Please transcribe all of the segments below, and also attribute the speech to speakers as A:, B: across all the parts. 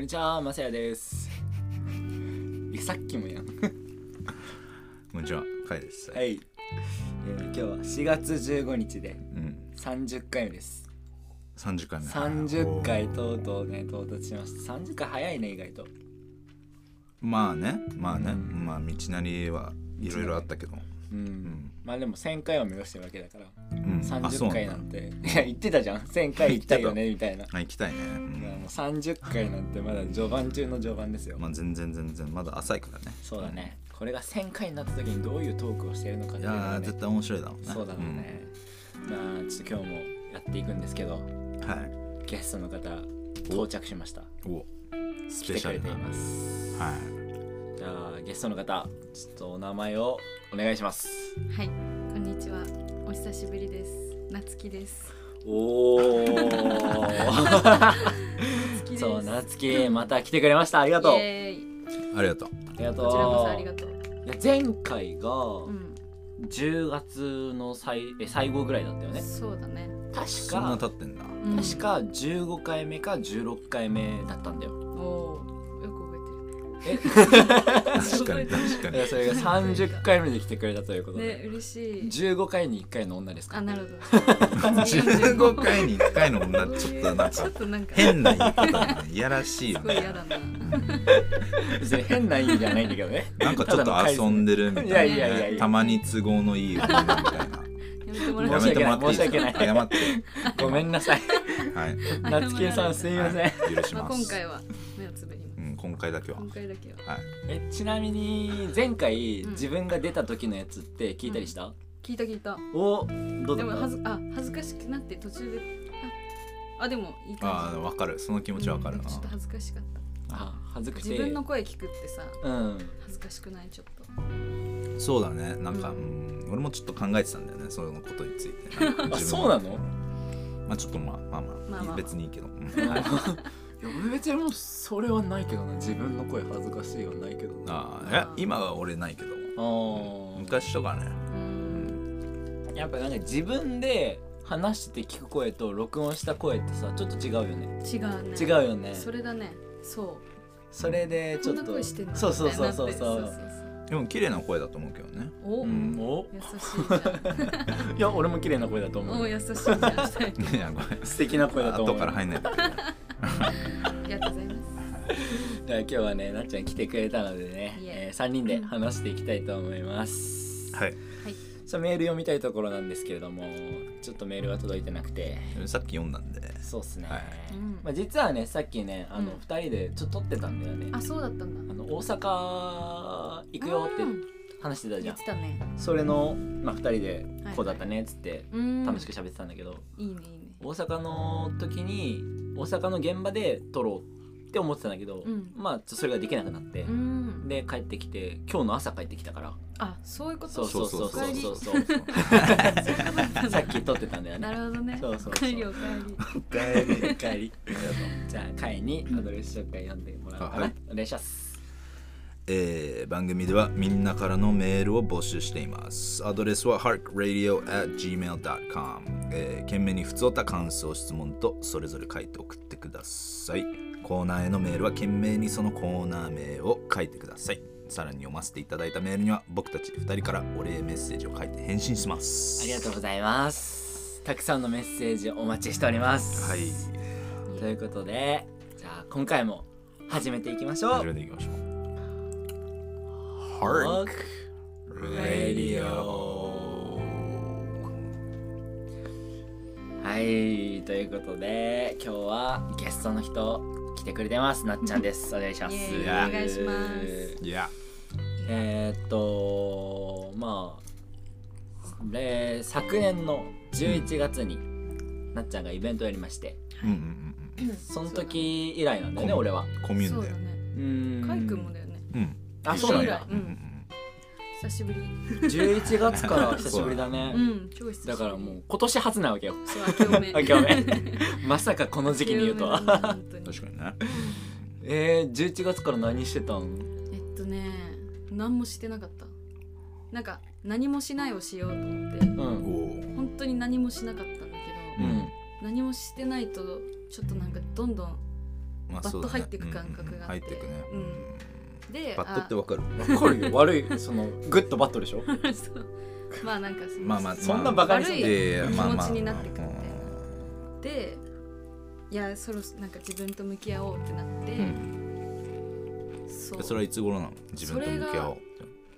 A: にちは、まさやです。さっきもやん。
B: こんにちは、かいです。
A: はい、今日は4月15日で30回目です。
B: 30回目。
A: 30回とうとうね、到達しました。30回早いね、意外と。
B: まあね、まあ道なりはいろいろあったけど。
A: まあでも1000回を目指してるわけだから、30
B: 回
A: なんていや言ってたじゃん、1000回行きたいよねみたいな。
B: 行きたいね。
A: もう30回なんてまだ序盤中の序盤ですよ。
B: まあ全然まだ浅いからね。
A: そうだね。これが1000回になった時にどういうトークをしてるのかっていうのが、ね、
B: 絶対面白いだろうね。
A: そうだろうね。まあちょっと今日もやっていくんですけど、ゲストの方到着しました。
B: スペシャル
A: 来てくれています。じゃあゲストの方、ちょっとお名前をお願いします。
C: はい、こんにちは。お久しぶりです。なつきです。
A: そう、なつきまた来てくれました。ありがとう。
B: ありがとう。
C: こちらこそありがとう。
A: いや、前回が10月の最後ぐらいだったよね。
C: そうだね。
A: 確か
B: そんな経ってんだ。
A: 確か15回目か16回目だったんだよ。
B: 確かに
A: それが30回目で来てくれたということで、
C: ね、嬉しい。
A: 15回に1回の女ですか。
C: あ、なるほど。
B: 15回に1回の女、ちょっとなんか変な言い方ね。いやらしいよね。
C: すごい嫌だな。
A: 別に変な意味じゃないんだけどね。
B: なんかちょっと遊んでるみたいな。
A: いや
B: たまに都合のいい女みたいな。
A: 申し訳ない。
B: 謝って。
A: ごめんなさい。
B: はい。
A: なつきさんすみません。
B: 許します。
C: 今回は目をつぶります。
B: 今回だけは。
C: はい。
A: ちなみに前回自分が出た時のやつって聞いたりした？
C: 聞いた。
A: お、どうだった？
C: でも恥ずかしくなって途中ででもいい感じ。
B: わかる。その気持ちわかるな。
C: ちょっと恥ずかしかった。
A: 恥ずかしい。
C: 自分の声聞くってさ、恥ずかしくない？ちょっと。
B: そうだね。なんか俺もちょっと考えてたんだよね。そのことについて。
A: そうなの？
B: まあちょっとまあ別にいいけど。
A: いや、俺別にもうそれはないけどな。自分の声恥ずかしいはないけど。
B: 今は俺ないけど。昔とかね。
A: やっぱなんか自分で話して聞く声と録音した声ってさ、ちょっと違うよね。
C: 違う
A: よね。
C: それだね。そう。
A: それでちょっと。そう。
B: でも綺麗な声だと思うけどね。
C: お、優しいじゃん。
A: いや、俺も綺麗な声だと思う。
C: 優しいじゃん。
A: 素敵な声だと思う。
B: 後から入んないと。
C: ありがとうございます。
A: じゃあ今日はね、なっちゃん来てくれたのでね、3人で話していきたいと思います。
B: はい。
A: メール読みたいところなんですけれども、ちょっとメールが届いてなくて。
B: さっき読んだんで。
A: そうっすね。まあ実はね、さっきね、2人でちょっと撮ってたんだよね。
C: そうだったんだ。
A: 大阪行くよって話してたじゃん。
C: 言ってたね。
A: それの2人でこうだったねっつって楽しく喋ってたんだけど、
C: いいね。
A: 大阪の時に大阪の現場で撮ろうって思ってたんだけど、まあそれができなくなって、で帰ってきて、今日の朝帰ってきたから。
C: そういうこと。
A: そうさっき撮ってたんだよね。
C: なるほどね。
A: そう
C: 帰り。
A: じゃあカイにアドレス紹介読んでもらおうかな。お願いします。
B: 番組ではみんなからのメールを募集しています。アドレスは harkradio@gmail.com、懸命にふつおた、感想、質問とそれぞれ書いて送ってください。コーナーへのメールは懸命にそのコーナー名を書いてください。さらに読ませていただいたメールには僕たち2人からお礼メッセージを書いて返信します。
A: ありがとうございます。たくさんのメッセージお待ちしております。
B: はい。
A: ということで、じゃあ今回も始めていきましょう。Hark Radio。 はい、ということで今日はゲストの人来てくれてます。なっちゃんです。お願いします。
C: お願いします。
A: まあ昨年の11月になっちゃんがイベントやりまして、その時以来なんだよね。俺は
B: コミューンで。
C: かいくんもだよね。
A: そうなんだ。
C: 久しぶり。
A: 11月から久しぶりだね。
C: 超久しぶり。
A: だからもう今年初なわけよ。
C: そう、明けおめ。
A: まさかこの時期に言うとは。
B: 確かにね。
A: 11月から何してたん？
C: 何もしてなかった。なんか何もしないをしようと思って、本当に何もしなかったんだけど、何もしてないとちょっとなんかどんどんバッと入っていく感覚があって、
B: 入っていくね、
C: で
B: バットってわかる？
A: わかるよ。悪いそのグッとバットでしょ。
C: そうまあなんか
A: そんなバカに
C: 悪い気持ちになってくるみたいな。でいやそろなんか自分と向き合おうってなって、
B: それはいつ頃なの？自分と向き合おうって。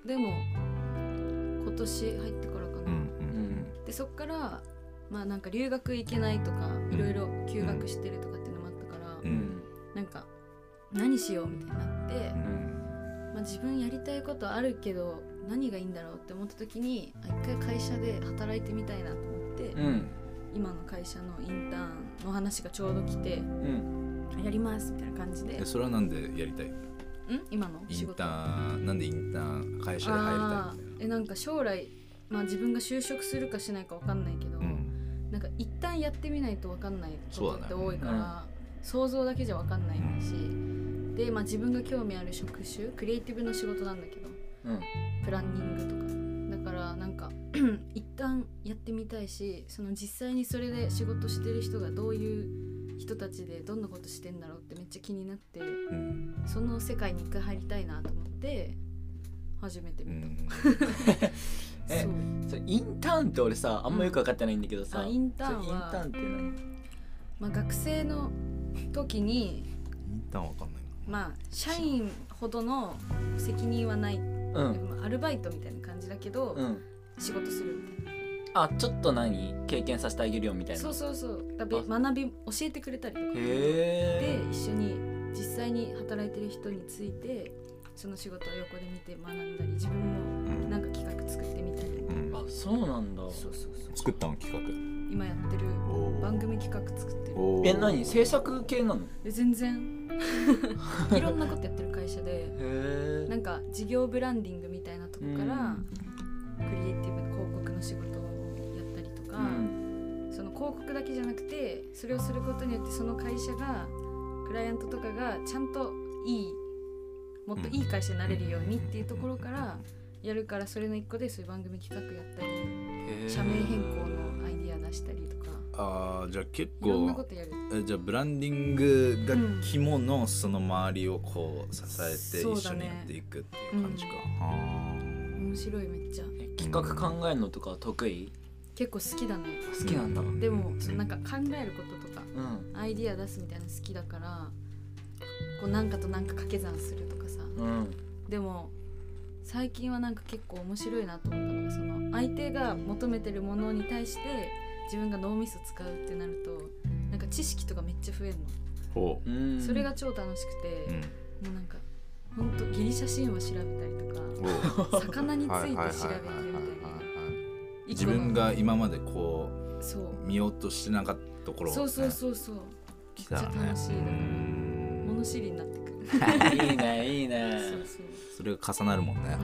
C: でも今年入ってからかな、でそっからまあなんか留学行けないとかいろいろ休学してるとかっていうのもあったから、なんか何しようみたいになって、まあ、自分やりたいことあるけど何がいいんだろうって思った時に一回会社で働いてみたいなと思って、今の会社のインターンの話がちょうど来て、やりますみたいな感じで。
B: それはなんでやりたい？
C: 今の仕事
B: なんでインターン会社で入りたいみたいな。
C: なんか将来、まあ、自分が就職するかしないか分かんないけど、なんか一旦やってみないと分かんないことって多いから、想像だけじゃ分かんないし、で、まあ、自分が興味ある職種クリエイティブの仕事なんだけど、プランニングとかだからなんか一旦やってみたいし、その実際にそれで仕事してる人がどういう人たちでどんなことしてんだろうってめっちゃ気になって、その世界に一回入りたいなと思って初めて見た。
A: それインターンって俺さあんまよく分かってないんだけどさ、
C: インターン
A: って何？
C: まあ、学生の時に
B: インターンわかんないな。
C: まあ社員ほどの責任はない、アルバイトみたいな感じだけど、仕事するみたいな。
A: ちょっと経験させてあげるよみたいな。
C: そう学び教えてくれたりとかで一緒に実際に働いてる人についてその仕事を横で見て学んだり、自分もなんか企画作ってみたり、
A: そうなんだ。
C: そう
B: 作ったの企画？
C: 今やってる番組企画作ってる。
A: 何制作系なの？
C: 全然いろんなことやってる会社で、なんか事業ブランディングみたいなとこからクリエイティブ広告の仕事をやったりとか、その広告だけじゃなくてそれをすることによってその会社がクライアントとかがちゃんともっといい会社になれるようにっていうところからやるから、それの一個でそういう番組企画やったり社名変更のアイディア出したりとか。
B: じゃあ結
C: 構いろんなことやる。
B: じゃあブランディングが肝のその周りをこう支えて一緒にやっていくっていう感じか。
C: 面白い。めっちゃ
A: 企画考えるのとか得意？
C: 結構好きだね。
A: 好きなんだ。
C: でもなんか考えることとか、アイディア出すみたいなの好きだから、こうなんかとなんか掛け算するとかさ、でも最近はなんか結構面白いなと思ったのが、その相手が求めてるものに対して自分が脳みそ使うってなるとなんか知識とかめっちゃ増えるの。それが超楽しくて、もうなんかほんとギリシャ神話調べたりとか魚について調べてるみたいな。
B: 自分が今までこう見ようとしてなかったところを、ね、
C: そう
B: 来たらね、
C: めっちゃ楽しい。だから物知りになってくる。
A: いいねいいね。
B: それが重なるもんね。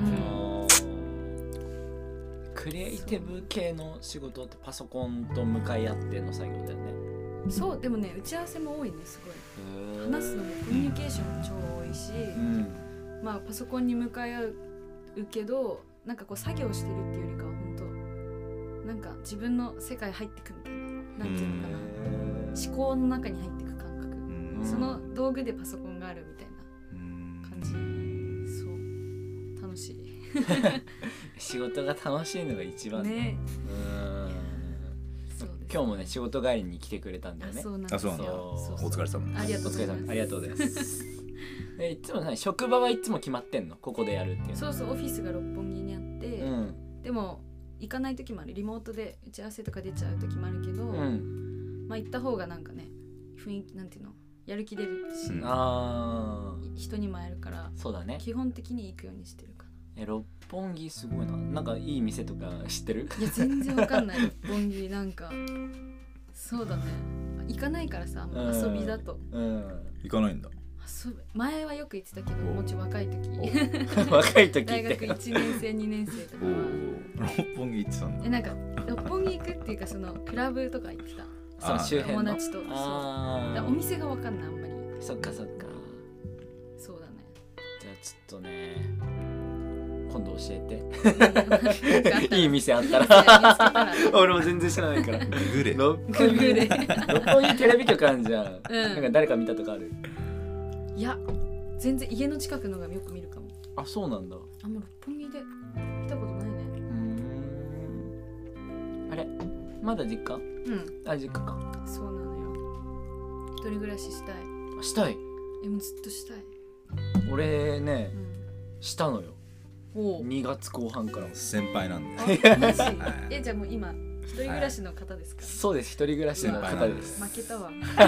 A: クリエイティブ系の仕事ってパソコンと向かい合っての作業だよね。
C: そう、でもね打ち合わせも多いね。すごい話すのもコミュニケーションも超多いし、まあパソコンに向かい合うけどなんかこう作業してるっていうよりかは本当なんか自分の世界入ってくみたいな、なんていうのかな、思考の中に入ってく感覚、その道具でパソコンがあるみたいな感じ。そう楽しい。
A: 仕事が楽しいのが一番
C: ね。
A: 今日もね仕事帰りに来てくれたんだよね。
B: そうなんだ。お疲れ様です。
C: ありがとうございます。
A: ありがとうございます。いつも職場はいつも決まってんの？ここでやるっていう。
C: そうオフィスが六本木にあって、でも行かない時もある。リモートで打ち合わせとか出ちゃう時もあるけど、まあ行った方がなんかね雰囲気なんていうのやる気出るし、人にも会えるから。そうだね。基本的に行くようにしてるかな。
A: 六本木すごいな。なんかいい店とか知ってる？
C: いや全然わかんない。六本木なんかそうだね。行かないからさ、遊びだと。
B: 行かないんだ。
C: 前はよく行ってたけど、もうちょい若い時
A: 若い時
C: 大学1年生2年生とかは
B: 六本木行ってたんだ。
C: なんか六本木行くっていうかそのクラブとか行ってた。
A: その周辺の
C: 友達と。お店がわかんないあんまり。そっかそうだね。
A: じゃあちょっとね今度教えて。いい店あったら。俺も全然知らないから。
B: グレ
A: 六本木テレビ局あるじゃん。なんか誰か見たとかある？
C: いや全然家の近くのがよく見るかも。
A: あ、そうなんだ。
C: もう六本木で見たことないね。
A: あれまだ実家？あ、実家か。
C: そうなのよ。一人暮らししたい。
A: したい。
C: もうずっとしたい。
A: 俺ね、したのよ。2月後半から。
B: 先輩なんで。
C: マジ？じゃあもう今一人暮らしの方ですか？
A: そうです、一人暮らしの方です。
C: 負けたわ。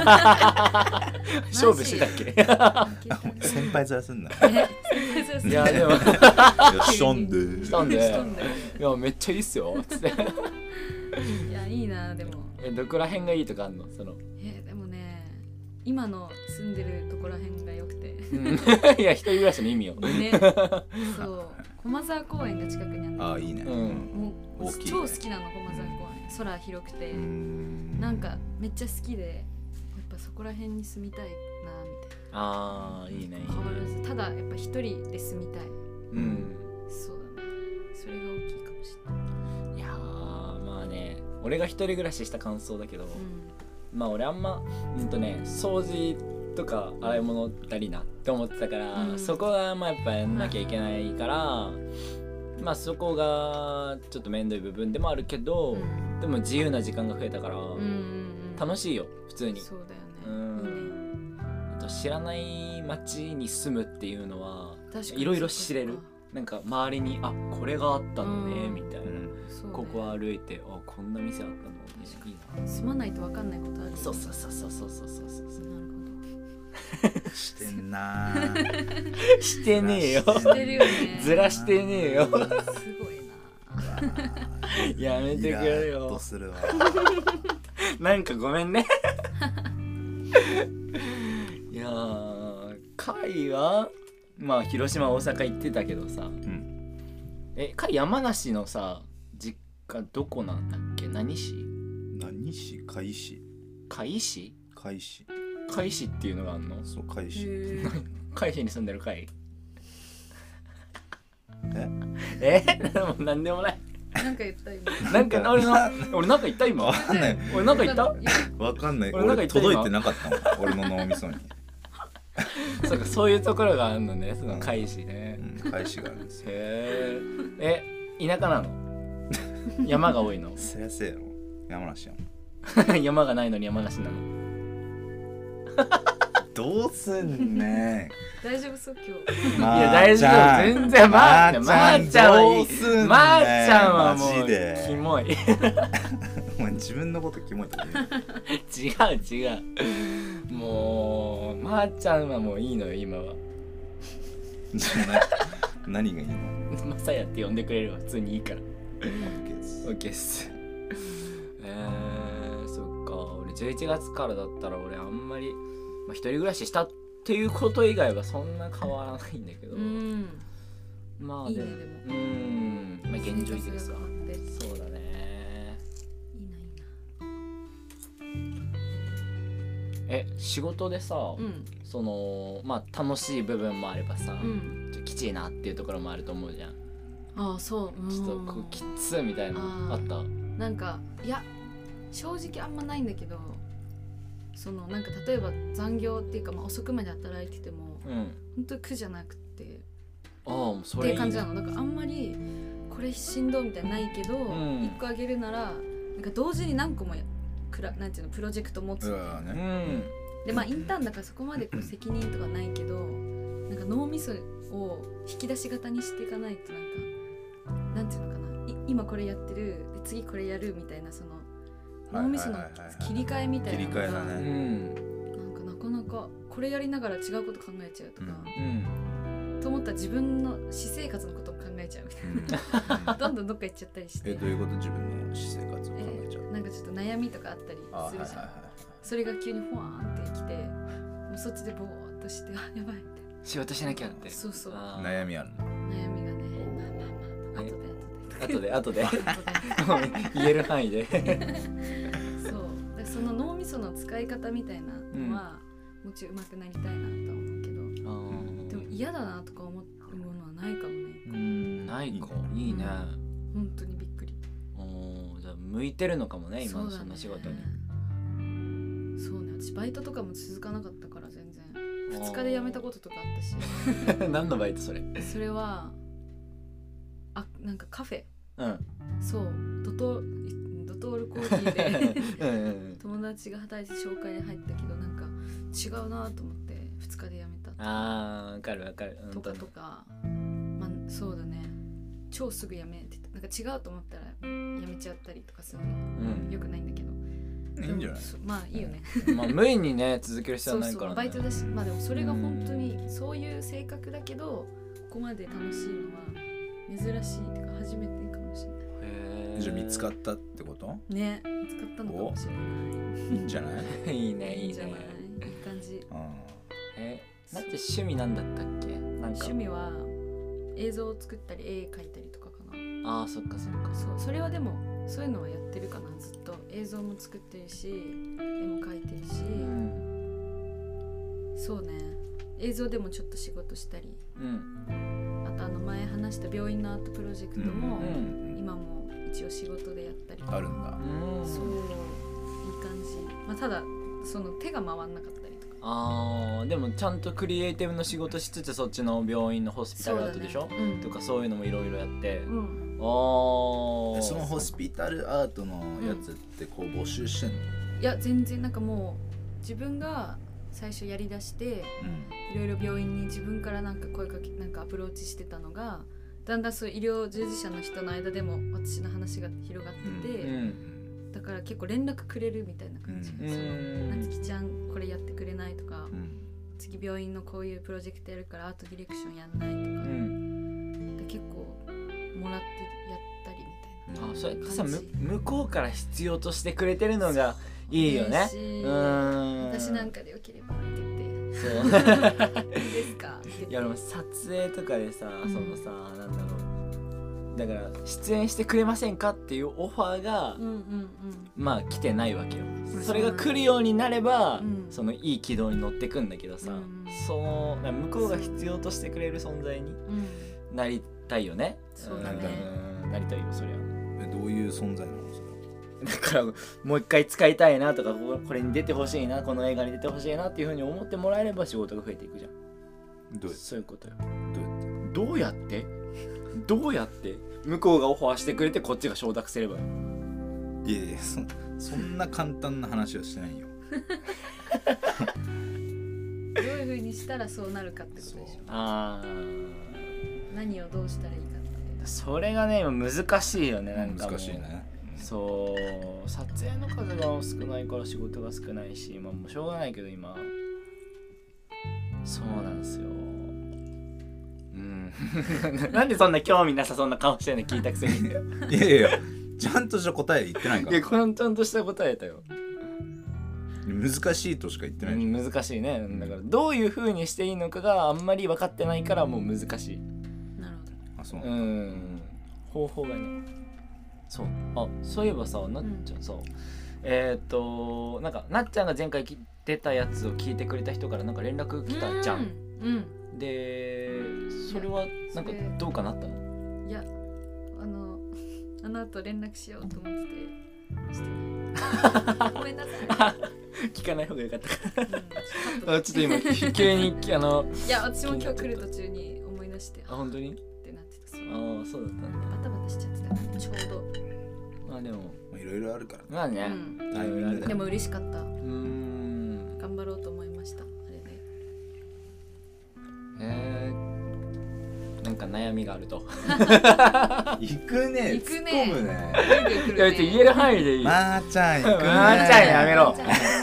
A: 勝負してたっけ？
B: 先輩面すんな。
A: いやでも
B: したんで。
A: いやめっちゃいいっすよつって。
C: いやいいな。でも
A: どこら辺がいいとかあんの？その
C: でもね、今の住んでるとこら辺が良くて。
A: いや一人暮らしの意味よ。ね。
C: そう。駒沢公園が近くにある。
B: あ、いいね。
C: もう超好きなの駒沢公園。空広くてなんかめっちゃ好きで、やっぱそこら辺に住みたいなみたいな。
A: ああいいね。
C: 変わらずただやっぱ一人で住みたい。そうだね。それが大きいかもしれない。
A: いやまあね、俺が一人暮らしした感想だけど、まあ俺あんま掃除とか洗い物だりなって思ってたから、そこがまあやっぱやんなきゃいけないから、まあそこがちょっと面倒い部分でもあるけど、でも自由な時間が増えたから楽しいよ普通に。
C: そうだよね。
A: あと知らない町に住むっていうのはいろいろ知れる。なんか周りにこれがあったのねみたいな、ここ歩いてこんな店あったのね、いいな。
C: 住まないと分かんないことある。
A: そう
C: なるほ
A: ど。
B: してんな。
A: してねえよ。
C: してるよね。
A: ずらしてねえよ。
C: すごいな。
A: やめてくれよ。
B: イラッとするわ。
A: なんかごめんね。いや海はまあ広島大阪行ってたけどさ、海山梨のさ実家どこなんだっけ？何市？
B: 何市？海市。
A: 海市？
B: 海市。
A: 海市っていうのがあんの？
B: そう、海市。
A: 海市に住んでる海？もう何でもない。
C: なんか言った今。
A: なんか俺なんか言った今。
B: わかんない。
A: 俺なんか言った？
B: わかんない。俺届いてなかったもん。俺の脳みそに。
A: そうか、そういうところがあるのね、その海市ね。
B: 海市があるんですよ。
A: 田舎なの？山が多いの？
B: せやせやろ。山梨や
A: もん。山がないのに山梨なの？
B: どうすんね
C: ん。大丈夫そう今
A: 日。いや大丈夫、全然。まーちゃんはいい。まーちゃんはもうキモい。
B: お前自分のことキモいとか
A: 言う。違う。もうまーちゃんはもういいのよ今は。
B: 何がいいの？
A: まさやって呼んでくれれば普通にいいから。
B: オッケー
A: です。そっか。俺11月からだったら俺あんまり一人暮らししたっていうこと以外はそんな変わらないんだけど、まあでもまあ現状維持ですわ。そうだね。いいな。仕事でさ、そのまあ楽しい部分もあればさ、ちょっときちいなっていうところもあると思うじゃん。
C: そう。
A: ちょっとこうきつみたいなあった？
C: なんかいや正直あんまないんだけど、そのなんか例えば残業っていうか、遅くまで働いてても、本当に苦じゃなくて
A: それいいね
C: っていう感じなの。なんかあんまりこれしんどみたいなないけど、1個あげるならなんか同時に何個もなんていうのプロジェクト持つみたいな、でインターンだからそこまでこう責任とかないけど、なんか脳みそを引き出し型にしていかないとなんていうのかな、今これやってるで次これやるみたいな、その脳みその切り替えみたいなのがなんかなかなかこれやりながら違うこと考えちゃうとか、と思ったら自分の私生活のことを考えちゃうみたいな、どんどんどっか行っちゃったりして。
B: どういうこと？自分の私生活を考えちゃう？
C: なんかちょっと悩みとかあったりするじゃん。それが急にフワーンってきて、もうそっちでボーっとしてやばいって
A: 仕事しなきゃって。
C: そう
B: 悩みあるの？
C: 悩みがね、
A: 後で言える範囲で
C: そうで、その脳みその使い方みたいなのは、もちろん上手くなりたいなとは思うけど、でも嫌だなとか思うものはないかもね。
A: ないか。いいね。
C: 本当にびっくり。
A: じゃあ向いてるのかもね、今のそんな仕事に。
C: そうね、私バイトとかも続かなかったから全然。 2日で辞めたこととかあったし
A: 何のバイトそれ？
C: それはなんかカフェ、
A: うん、
C: そうドトールコーヒーで友達が働いて紹介で入ったけどなんか違うなと思って2日で辞めた。
A: わかる、
C: とかまあそうだね、超すぐ辞めてなんか違うと思ったら辞めちゃったりとかするの、よくないんだけど
B: いいんじゃない？
C: まあいいよね
A: まあ無理にね続ける必要はないからね。
C: バイトだし、まあでもそれが本当にそういう性格だけどここまで楽しいのは珍しいっていうか初めてかもしれない。
B: じゃあ見つかったってこと
C: ね、見つかったのかもしれない。
B: いいんじゃない
A: いいねいいね、
C: いい感じ。
A: だって趣味なんだったっけ？なんか
C: 趣味は映像を作ったり絵描いたりとかかな。
A: あーそっか
C: それはでもそういうのはやってるかな。ずっと映像も作ってるし絵も描いてるし、そうね、映像でもちょっと仕事したり、あと前話した病院のアートプロジェクトも、今も一応仕事でやったりとか
B: あるんだ。
C: そういい感じ。まあただその手が回んなかったりとか。
A: でもちゃんとクリエイティブの仕事しつつそっちの病院のホスピタルアートでしょ、とかそういうのもいろいろやって、
B: そのホスピタルアートのやつってこう募集してんの？
C: いや全然なんかもう自分が最初やりだして、いろいろ病院に自分からなんか声かけなんかアプローチしてたのがだんだんそう医療従事者の人の間でも私の話が広がってて、だから結構連絡くれるみたいな感じ、なつきちゃんこれやってくれないとか、次病院のこういうプロジェクトやるからアートディレクションやんないとか、で結構もらってやったりみたいな。
A: それってさ向こうから必要としてくれてるのがいいよね。
C: 私なんかでよければって言ってそういいですかって言って。
A: いやでも撮影とかでさ、そのさなんだろう、だから出演してくれませんかっていうオファーが、まあ来てないわけよ。それが来るようになれば、そのいい軌道に乗ってくんだけどさ、その向こうが必要としてくれる存在になりたいよね。
C: そうだね。
A: なりたいよそりゃ。
B: どういう存在なの？
A: だからもう一回使いたいなとかこれに出てほしいな、この映画に出てほしいなっていう風に思ってもらえれば仕事が増えていくじゃん。そういうことよ。どうやって向こうがオファーしてくれてこっちが承諾すればいい。
B: いやそんな簡単な話はしてないよ
C: どういう風にしたらそうなるかってことでしょ。何をどうしたらいいかって。
A: それがね難しいよね。なんか
B: 難しいね。
A: そう撮影の数が少ないから仕事が少ないし、もうしょうがないけど今そうなんですよ。なんでそんな興味なさそんな顔してるの聞いたくせに。
B: いやちゃんとした答え言ってないから。
A: いやちゃんとした答えだよ。
B: 難しいとしか言ってない。
A: 難しいね。だからどういう風にしていいのかがあんまり分かってないからもう難しい。
C: なるほど。
B: あそう。
A: 方法がね。そういえばさ、なっちゃんさ、なんかなっちゃんが前回出たやつを聞いてくれた人からなんか連絡来たじゃん。でそれはなんかどうかなったの？
C: いやあの後連絡しようと思っててしてないごめんなさい
A: 聞かない方がよかったからちょっと今急にいや
C: 私も今日来る途中に思い出して
A: 本当に
C: ってなってた。
A: そうだったんだ。
C: バタバタしちゃってたからちょうど。
A: まあでも
B: いろいろあるから。
A: まあね、
C: でも嬉しかった。
A: 頑
C: 張ろうと思いました。あれで
A: なんか悩みがあると
B: 行くね。突っ込むね。
A: いや言える範囲でいい。
B: まーちゃん行くね。
A: まーちゃんやめろ。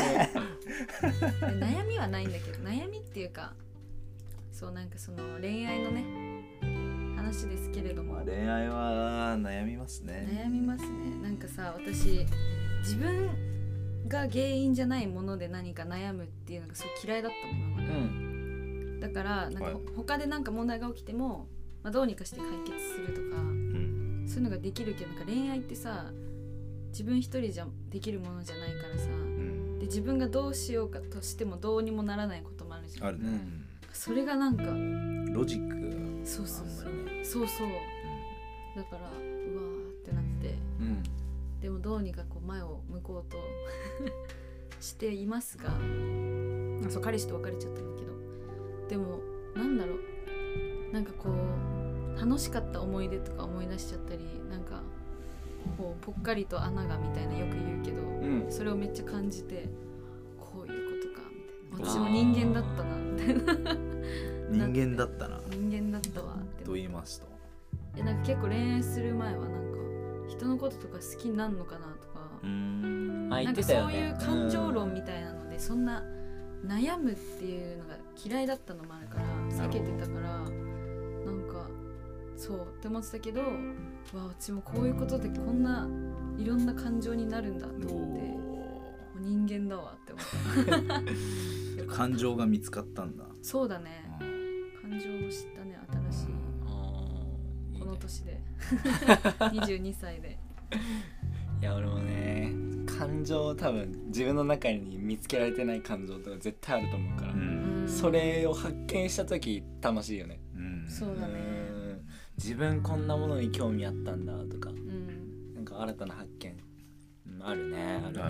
C: 悩みはないんだけど、悩みっていうかそうなんかその恋愛のね話ですけれども、
B: 恋愛は悩みますね。
C: 悩みますね。なんかさ、私自分が原因じゃないもので何か悩むっていうのがすごい嫌いだったの今まで、だからなんか他でなんか問題が起きても、どうにかして解決するとか、そういうのができるけど、なんか恋愛ってさ自分一人じゃできるものじゃないからさ、で自分がどうしようかとしてもどうにもならないこともあるじゃん。
B: あるね。
C: それがなんか
B: ロジックが
C: そうだからうわーってなって、でもどうにかこう前を向こうとしていますが、そう彼氏と別れちゃったんだけど、 でもなんだろう、なんかこう楽しかった思い出とか思い出しちゃったり、なんかこうぽっかりと穴がみたいなよく言うけど、
A: うん、
C: それをめっちゃ感じて、こういうことかみたいな、私も人間だったなみたいな
B: 人間だったな。
C: 人間だったわって。
B: と言いますと、
C: なんか結構恋愛する前はなんか人のこととか好きになんのかなとか、
A: あ、言
C: なんか
A: ってたよね。
C: そういう感情論みたいなので、そんな悩むっていうのが嫌いだったのもあるから避けてたから、なんかそうって思ってたけど、わあうちもこういうことでこんないろんな感情になるんだと思って、もう人間だわって思った
B: 感情が見つかったんだ。
C: そうだね、感情を知ったね、新しいこの年で22歳で。
A: いや俺もね、感情多分自分の中に見つけられてない感情とか絶対あると思うから、それを発見した時楽しいよね。
C: そうだね、
A: 自分こんなものに興味あったんだとか、なんか新たな発見、あるね、あるね。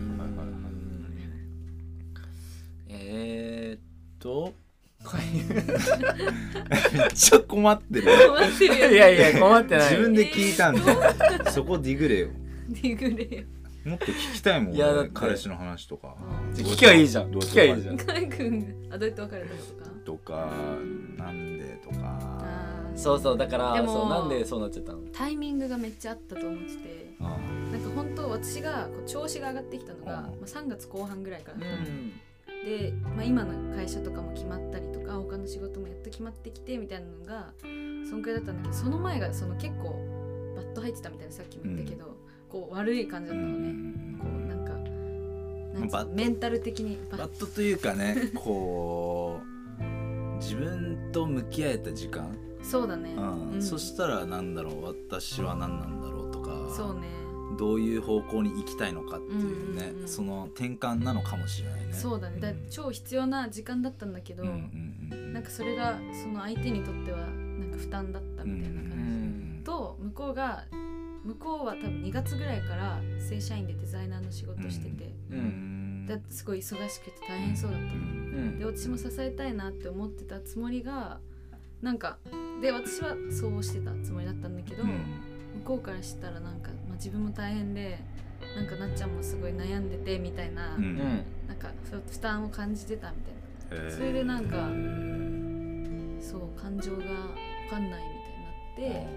B: めっちゃ困ってる。
C: 困ってるよね。
A: いやいや困ってない。
B: 自分で聞いたんじゃん。そこディグレよ。
C: ディグレよ。
B: もっと聞きたいもん。
A: いやだって
B: 彼氏の話とか。
A: 聞きゃいいじゃん。聞きゃいいじゃん。
C: カイ君どうやって別れたの
B: とかなんでとか。
A: そうそう、だから
C: でも
A: そうなんでそうなっちゃったの。
C: タイミングがめっちゃあったと思ってて、なんか本当私がこう調子が上がってきたのが、3月後半ぐらいからだったの、で、今の会社とかも決まったりとか他の仕事もやっと決まってきてみたいなのがそんくらいだったんだけど、その前がその結構バット入ってたみたいな、さっきも言ったけど、こう悪い感じだったのね、こうなんかメンタル的に
B: バットというかねこう自分と向き合えた時間。
C: そうだね、
B: そしたらなんだろう、私は何なんだろうとか、
C: そうね、
B: どういう方向に行きたいのかっていうね、その転換なのかもしれないね。
C: そうだね、だ超必要な時間だったんだけど、なんかそれがその相手にとってはなんか負担だったみたいな感じ、と向こうは多分2月ぐらいから正社員でデザイナーの仕事をしてて、だってすごい忙しくて大変そうだったの、で私も支えたいなって思ってたつもりがなんかで、私はそうしてたつもりだったんだけど、向こうからしたらなんか、自分も大変でなんかなっちゃんもすごい悩んでてみたいな、なんか負担を感じてたみたいな、それでなんかそう感情が分かんないみたいになって、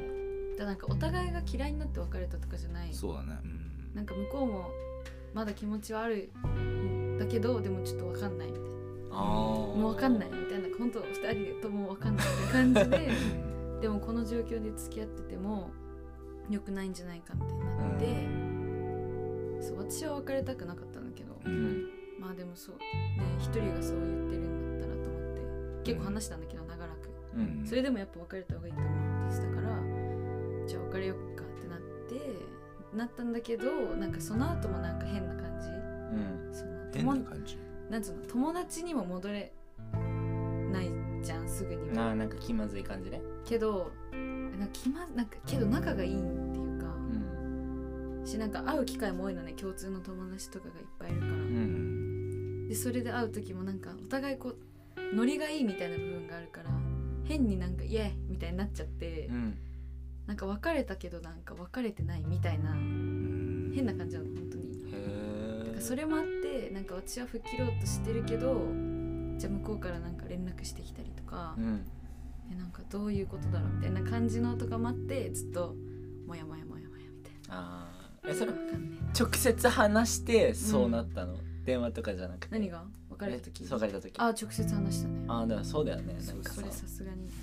C: なんかお互いが嫌いになって別れたとかじゃない。
B: そうだね、
C: なんか向こうもまだ気持ちはあるんだけど、でもちょっと分かんないみたいな、もう分かんないみたいな、本当2人とも分かんないって感じででもこの状況で付き合ってても良くないんじゃないかみたいになって、そう私は別れたくなかったんだけど、でもそうね、一人がそう言ってるんだったらと思って結構話したんだけど長らく、それでもやっぱ別れた方がいいと思うって言ってたから、じゃあ別れよっかってなったんだけど、なんかその後もなんか変な感じ、その
B: 変な感じ、
C: なんつうの、友達にも戻れないじゃんすぐには。
A: なんか気まずい感じね。
C: けどなんかけど仲がいいっていうか、なんか会う機会も多いのね、共通の友達とかがいっぱいいるから、でそれで会う時もなんかお互いこうノリがいいみたいな部分があるから、変になんかイエーイみたいになっちゃって、なんか別れたけどなんか別れてないみたいな変な感じなの本当に。だからそれもあってなんか私は吹っ切ろうとしてるけど、じゃあ向こうからなんか連絡してきたりとか、なんかどういうことだろうみたいな感じのとかもあって、ずっとモヤモヤモヤモヤみたいな。
A: それ直接話してそうなったの、電話とかじゃなくて。
C: 何が別れた時？
A: 別れた時。
C: 直接話したね。
A: だからそうだよね。なんか
C: それさすがに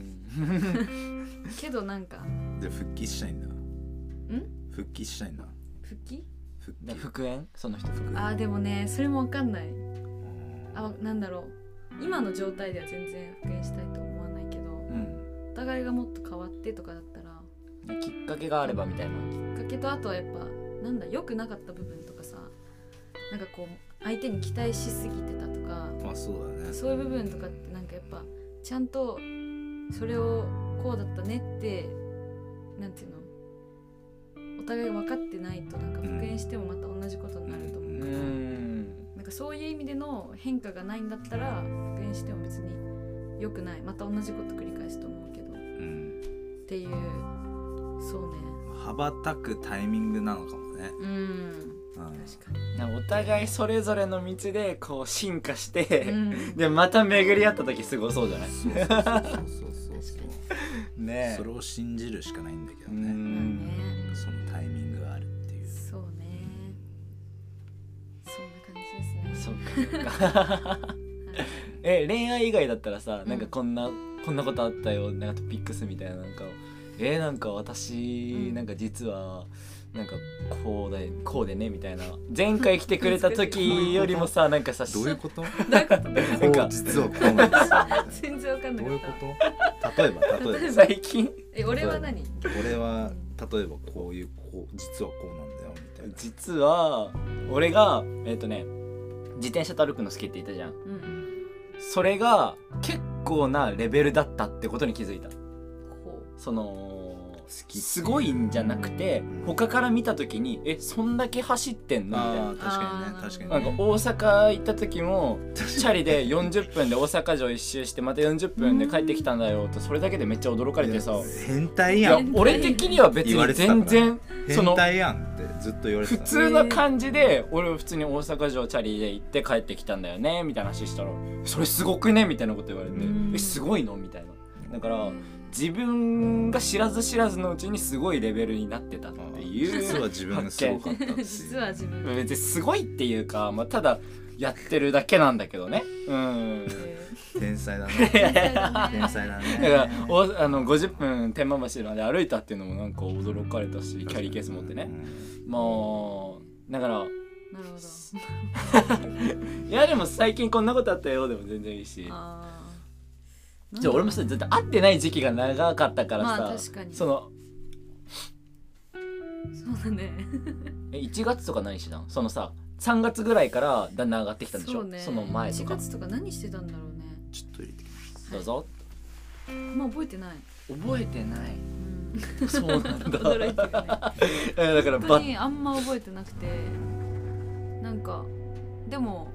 C: けどなんか
B: で復帰したいんだ。復帰したいんだ。
A: 復縁？その人復縁。
C: でもねそれも分かんない。なんだろう、今の状態では全然復縁したいと思わないけど、お互いがもっと変わってとかだったら、
A: きっかけがあればみたいな。
C: きっかけと、あとはやっぱなんだ良くなかった部分とかさ、なんかこう相手に期待しすぎてたとか、
B: そうだね、
C: そういう部分とかってなんかやっぱちゃんとそれをこうだったねってなんていうの、お互い分かってないとなんか復縁してもまた同じことになると思うから、なんかそういう意味での変化がないんだったら復縁しても別に良くない。また同じこと繰り返すと思うけど、っていう、そうね、
B: 羽ばたくタイミングなのかもね。
C: 確かに。
A: お互いそれぞれの道でこう進化して、でまた巡り合った時すごそうじゃない？
B: そうね。それを信じるしかないんだけどね。そのタイミングがあるっていう。
C: そうね。そんな感じですね。
A: そうか。恋愛以外だったらさ、なんかこんなことあったよ、なんかトピックスみたいな、なんかなんか私、なんか実はなんかこうでねみたいな、前回来てくれた時よりもさ、なんかさ、
B: どういうこと？
A: なんか
B: 実はこうなんです。
C: 全然わかんなかった。
B: どういうこと？例えば
A: 最近
C: 俺は何？
B: 俺は例えばこう実はこうなんだよみたいな。
A: 実は俺が自転車と歩くの好きって言ったじゃん。それが結構なレベルだったってことに気づいた。そのすごいんじゃなくて、他から見た時にそんだけ走ってんのみたいな。
B: 確かにね。
A: なんか大阪行った時もチャリで40分で大阪城一周してまた40分で帰ってきたんだよと、それだけでめっちゃ驚かれてさ、
B: 変態やん。
A: 俺的には別に全然
B: 変態やんってずっと言われてた。
A: 普通の感じで俺は普通に大阪城チャリで行って帰ってきたんだよねみたいな話したら、それすごくねみたいなこと言われて、すごいのみたいな。だから自分が知らず知らずのうちにすごいレベルになってたっていう。
B: 実は自分がすごかったっていう。
C: 実は自分
A: 別にすごいっていうか、ただやってるだけなんだけどね。
B: 天才だね。天才だね。
A: だから50分天満橋まで歩いたっていうのもなんか驚かれたし、キャリーケース持ってね。もうだから
C: なるほど。
A: いやでも最近こんなことあったよでも全然いいし。俺も絶対会ってない時期が長かったからさ、
C: 確かに
A: そう
C: だね。
A: 1月とか何してたの？そのさ3月ぐらいからだんだん上がってきたんでしょ？その前とか。
C: 1月とか何してたんだろうね。
B: ちょっと入れてきます。
A: どうぞ。
C: 覚えてない。
A: 覚えてない。そうなんだ。
C: 驚いてるね。
A: だから
C: 本当にあんま覚えてなくて、なんかでも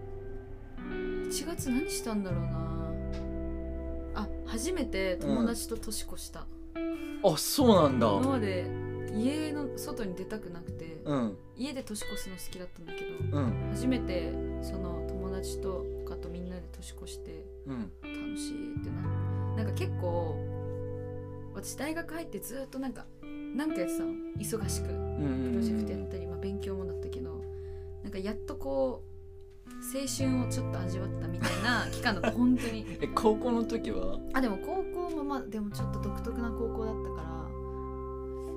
C: 1月何したんだろうな。初めて友達と年越した。
A: あ、そうなんだ。
C: 今まで家の外に出たくなくて、家で年越すの好きだったんだけど、初めてその友達とかとみんなで年越して、楽しいってなんか結構私大学入ってずっとなんかやってたの、忙しくプロジェクトやったり、勉強もだったけど、なんかやっとこう青春をちょっと味わったみたいな期間だった本当に。
A: 高校の時は？
C: でも高校もでもちょっと独特な高校だったから、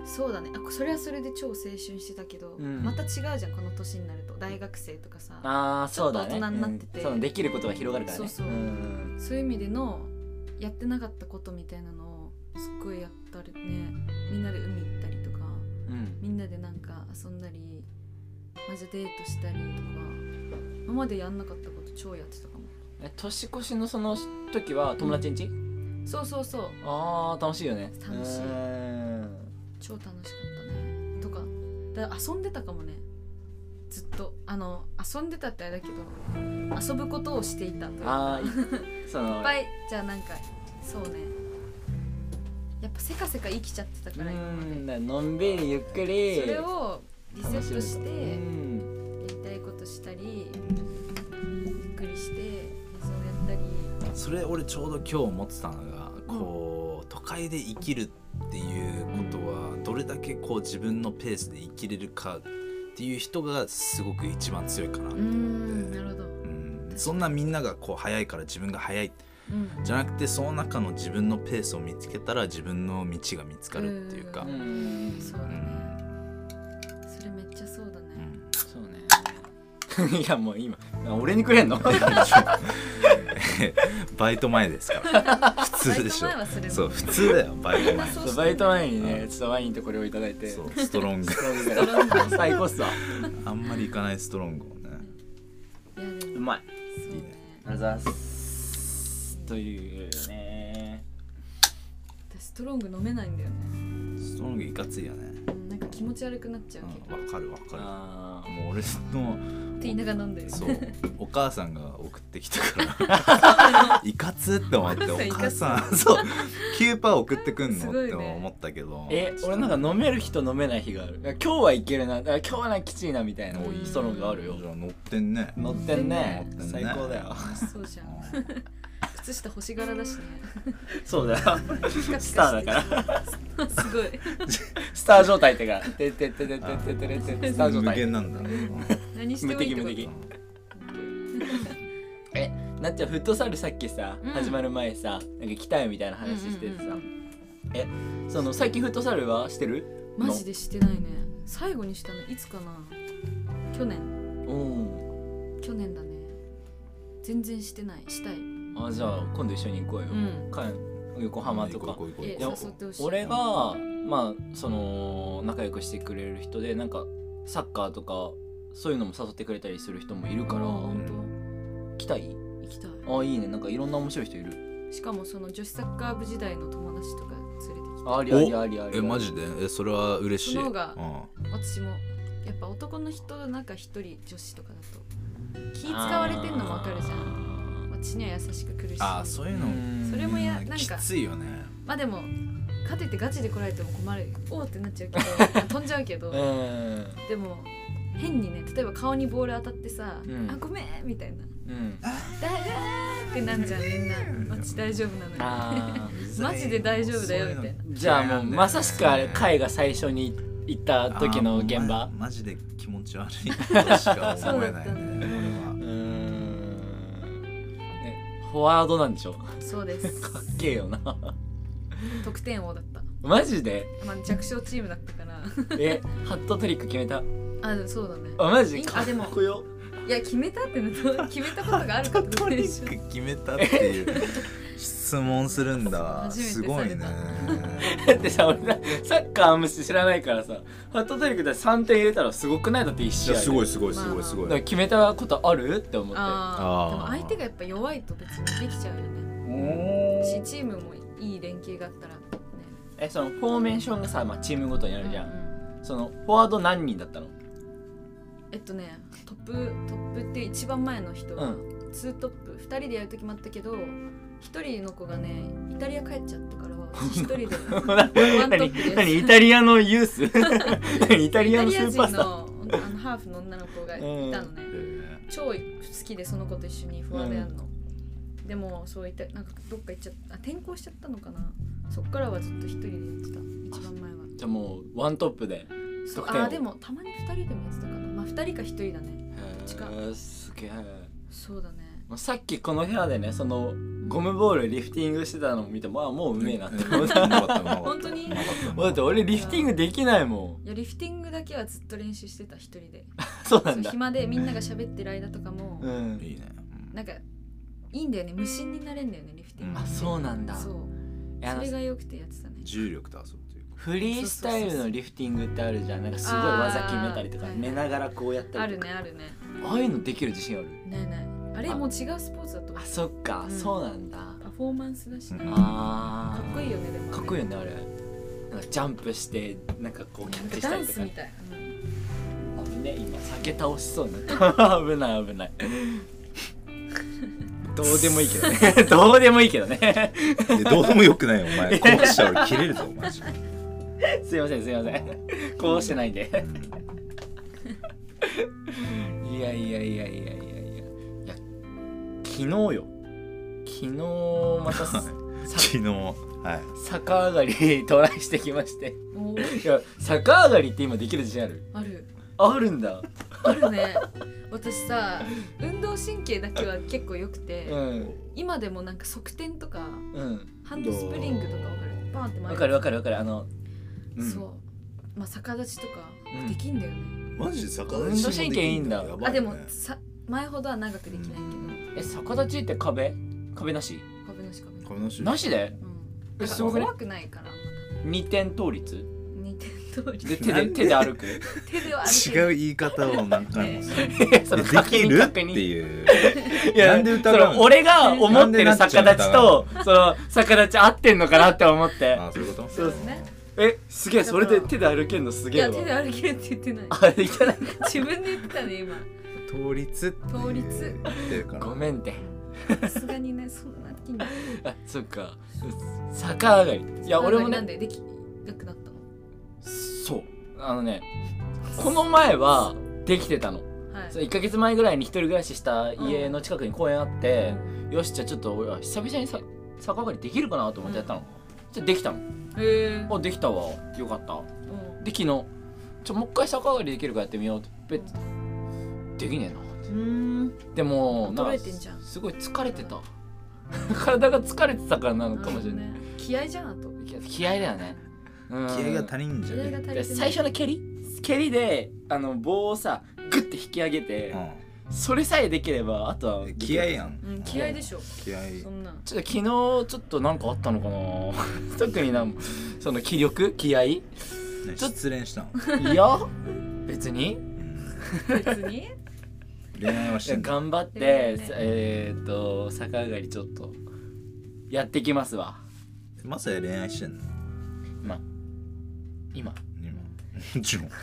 C: そうだね。それはそれで超青春してたけど、また違うじゃんこの年になると。大学生とかさ、
A: そうだね、
C: ちょっと大人になってて、
A: そのできることが広がるからね。
C: そういう意味でのやってなかったことみたいなのをすっごいやったりね。みんなで海行ったりとか、みんなでなんか遊んだり、マジデートしたりとか、今までやんなかったこと超やってたかも。
A: 年越しのその時は友達ん家？
C: そう。
A: 楽しいよね。
C: 楽しい。超楽しかったね。とかだから遊んでたかもね。ずっと遊んでたってあれだけど、遊ぶことをしていたというか。いっぱいじゃあなんかそうね。やっぱせかせか生きちゃってたから今まで。
A: のんびりゆっくり。
C: それをリセットして、やりたいことしたり、ゆっくりして水をやったり。
B: それ俺ちょうど今日思ってたのが、こう都会で生きるっていうことはどれだけこう自分のペースで生きれるかっていう人がすごく一番強いかなって思って。
C: なるほど。
B: そんなみんながこう早いから自分が早い、じゃなくて、その中の自分のペースを見つけたら自分の道が見つかるっていうか。
C: そうだね。それめっちゃそうだね。
A: そうね。いやもう今俺にくれんの？
B: バイト前ですから普通でしょ。そう普通だよバイト前。
A: バイト前にね、ちょっとワインとこれをいただいて、
B: そうストロング
A: 最高っすわ。
B: あんまりいかないストロングをね。
A: うまい。いいね。ありがとうございます。というね。
C: 私ストロング飲めないんだよね。
B: ストロングいかついよね。
C: なんか気持ち悪くなっちゃうけど、
B: わかるわかる。
A: あ
B: もう俺の
C: って言いながら飲んでる。
B: そうお母さんが送ってきたからいかつって思って、お母さんそう9%送ってくんのって思ったけど、
A: 俺なんか飲める日と飲めない日がある。今日はいけるな、今日はきついなみたいなストロンがあるよ。
B: じゃあ乗ってんね。
A: 乗ってんね。最高だよ。
C: そうじゃん。靴下星柄だしね。
A: そうだよ。スターだから
C: すごい
A: スター状態ってかてててててててててスター状態。
B: 無限なんだ。
C: 何してもいいってこと。
A: 無敵なっちゃんフットサルさっきさ、始まる前さなんか来たよみたいな話しててさ、その最近フットサルはしてる？
C: マジでしてないね。最後にしたのいつかな。去年だね。全然してない。したい。
A: あ、じゃあ今度一緒に行こうよ。横浜とか。俺がまあその仲良くしてくれる人でなんかサッカーとかそういうのも誘ってくれたりする人もいるから。来たい？
C: 行きたい。
A: あ、いいね。なんかいろんな面白い人いる。
C: しかもその女子サッカー部時代の友達とか連れてきて。
A: ありありありあり。
B: マジで？それは嬉しい。
C: その方が私もやっぱ男の人なんか一人女子とかだと気使われてんのもわかるじゃん。私には優しく来るし。
B: そういうの
C: それもなんか
B: きついよね。
C: まあでもかといってガチで来られても困る。おーってなっちゃうけど飛んじゃうけどでも変にね、例えば顔にボール当たってさ、あごめんみたいな、だーってなんじゃんみんな。私大丈夫なのにマジで大丈夫だよみたいな。
A: じゃあもうまさしくあれ海が最初に行った時の現場。
B: マジで気持ち悪いとしか思えないね。
A: フォワードなんでしょ。
C: そうです
A: かっけえよな。
C: 得点王だった。
A: マジで？
C: まあ弱小チームだったから
A: ハットトリック決めた？
C: あ、そうだね。
A: あ、マジ？かっこよ。
C: いや、決めたってのと決めたことがあるかってことでしょ。
B: 決めたっていう質問するんだ。すごいね。
A: だってさ、俺サッカーあんまし知らないからさ、ハットトリックで3点入れたらすごくない？だって1試合。
B: すごいすごいすごいすごい。
A: だから決めたことあるって思って。
C: でも相手がやっぱ弱いと別にできちゃうよね。チームもいい連携があったらね。
A: そのフォーメーションがさ、チームごとにあるじゃん。そのフォワード何人だったの？
C: トップって一番前の人は2トップ2人でやるときもあったけど、1人の子がねイタリア帰っちゃったから1人でワントップです。
A: 何イタリアのユース？イタリアのスーパースター？
C: ハーフの女の子がいたのね。超好きでその子と一緒にフォワードやるの。でもそういったなんかどっか行っちゃった、転校しちゃったのかな。そっからはずっと1人でやってた。一番前は。
A: じゃあもうワントップで。
C: でもたまに2人でもやってたかな。まあ2人か1人だね。
A: すげえ。そう
C: だね。
A: さっきこの部屋でね、そのゴムボールリフティングしてたのを見て、もううめえなって思った。
C: 本当に？
A: だって俺リフティングできないもん。
C: いやリフティングだけはずっと練習してた、一人で。
A: そうなんだ。
C: 暇でみんなが喋ってる間とかも、
B: いいね。
C: なんかいいんだよね、無心になれんだよねリフティング。
A: あ、そうなんだ。
C: そう。それが良くてやってたね。
B: 重力と遊ぶというか。
A: フリースタイルのリフティングってあるじゃん。なんかすごい技決めたりとか、寝ながらこうやったりとか。
C: あるね。
A: ああいうのできる自信ある？
C: ない。あれもう違うスポーツだと思う。
A: あ、そっか、そうなんだ。
C: パフォーマンスだしね。
A: か
C: っこいいよね。でも
A: かっこいいよねあれ。なんかジャンプしてなんかこうキャッチしたりとか。
C: ダンスみたい。
A: 危ね、今酒倒しそうになった。危ない。どうでもいいけどね。どうでもいいけどね。
B: どうでもよくないよお前。こうしたら俺切れるぞお前。
A: すいません。こうしてないんで。いや昨日また
B: 昨日
A: 逆上がりトライしてきまして。いや逆上がりって今できる自信ある？あるんだ。
C: あるね。私さ、運動神経だけは結構良くて、今でもなんか側転とか、ハンドスプリングとか分かる？バーンって回る。
A: 分かる。
C: そう。まあ逆立ちとかできんだよね。
B: マジで逆立ち
A: 運動神経いいんだ。
C: でも前ほどは長くできないけど。
A: 逆立ちって壁なし？
C: 壁なし。
A: なしで？
C: すごく怖くないから。
A: 2点倒立？
C: 2点倒立。
A: で手で歩く？
B: 違う言い方をなんかできるっていう。
A: いや、俺が思ってる逆立ちとその逆立ち合ってんのかなって思って。
B: あ、そういうこと？
C: そうですね。
A: すげえ、それで手で歩けんのすげえわ。
C: いや手で歩けるって言ってない。
A: あれいけない。
C: 自分で言ってたね今。
B: 倒立
C: 倒立
B: ってるから
A: ごめんて。
C: さすがにね、そんな気に。
A: あ、そっか。逆上がり。いや俺もね。
C: なんでできなくなったの？
A: そう。この前はできてたの。
C: はい。
A: 1ヶ月前ぐらいに一人暮らしした家の近くに公園あって、よしじゃあちょっと俺は久々に逆上がりできるかなと思ってやったの。じゃあできたの。
C: へえ。
A: あ、できたわ。よかった。で昨日もう一回逆上がりできるかやってみようってできねえな。でも
C: 衰えてんじゃん。
A: すごい疲れてた。体が疲れてたからなのかもしれない。
C: 気合じゃんと。
A: 気合だよね。
B: 気合が足りんじゃん。
A: 最初の蹴りで棒をさグッて引き上げて、それさえできればあとは
B: 気合やん。
C: 気合でしょ。
B: 気合。
C: そんな。
A: ちょっと昨日ちょっとなんかあったのかな。特にその気力気合。
B: 失恋したの？
A: いや別に。
C: 別に。
B: 恋愛はしてんの？
A: 頑張って逆上がりちょっとやってきますわ。
B: まさや恋愛してんの？
A: 今
B: いつの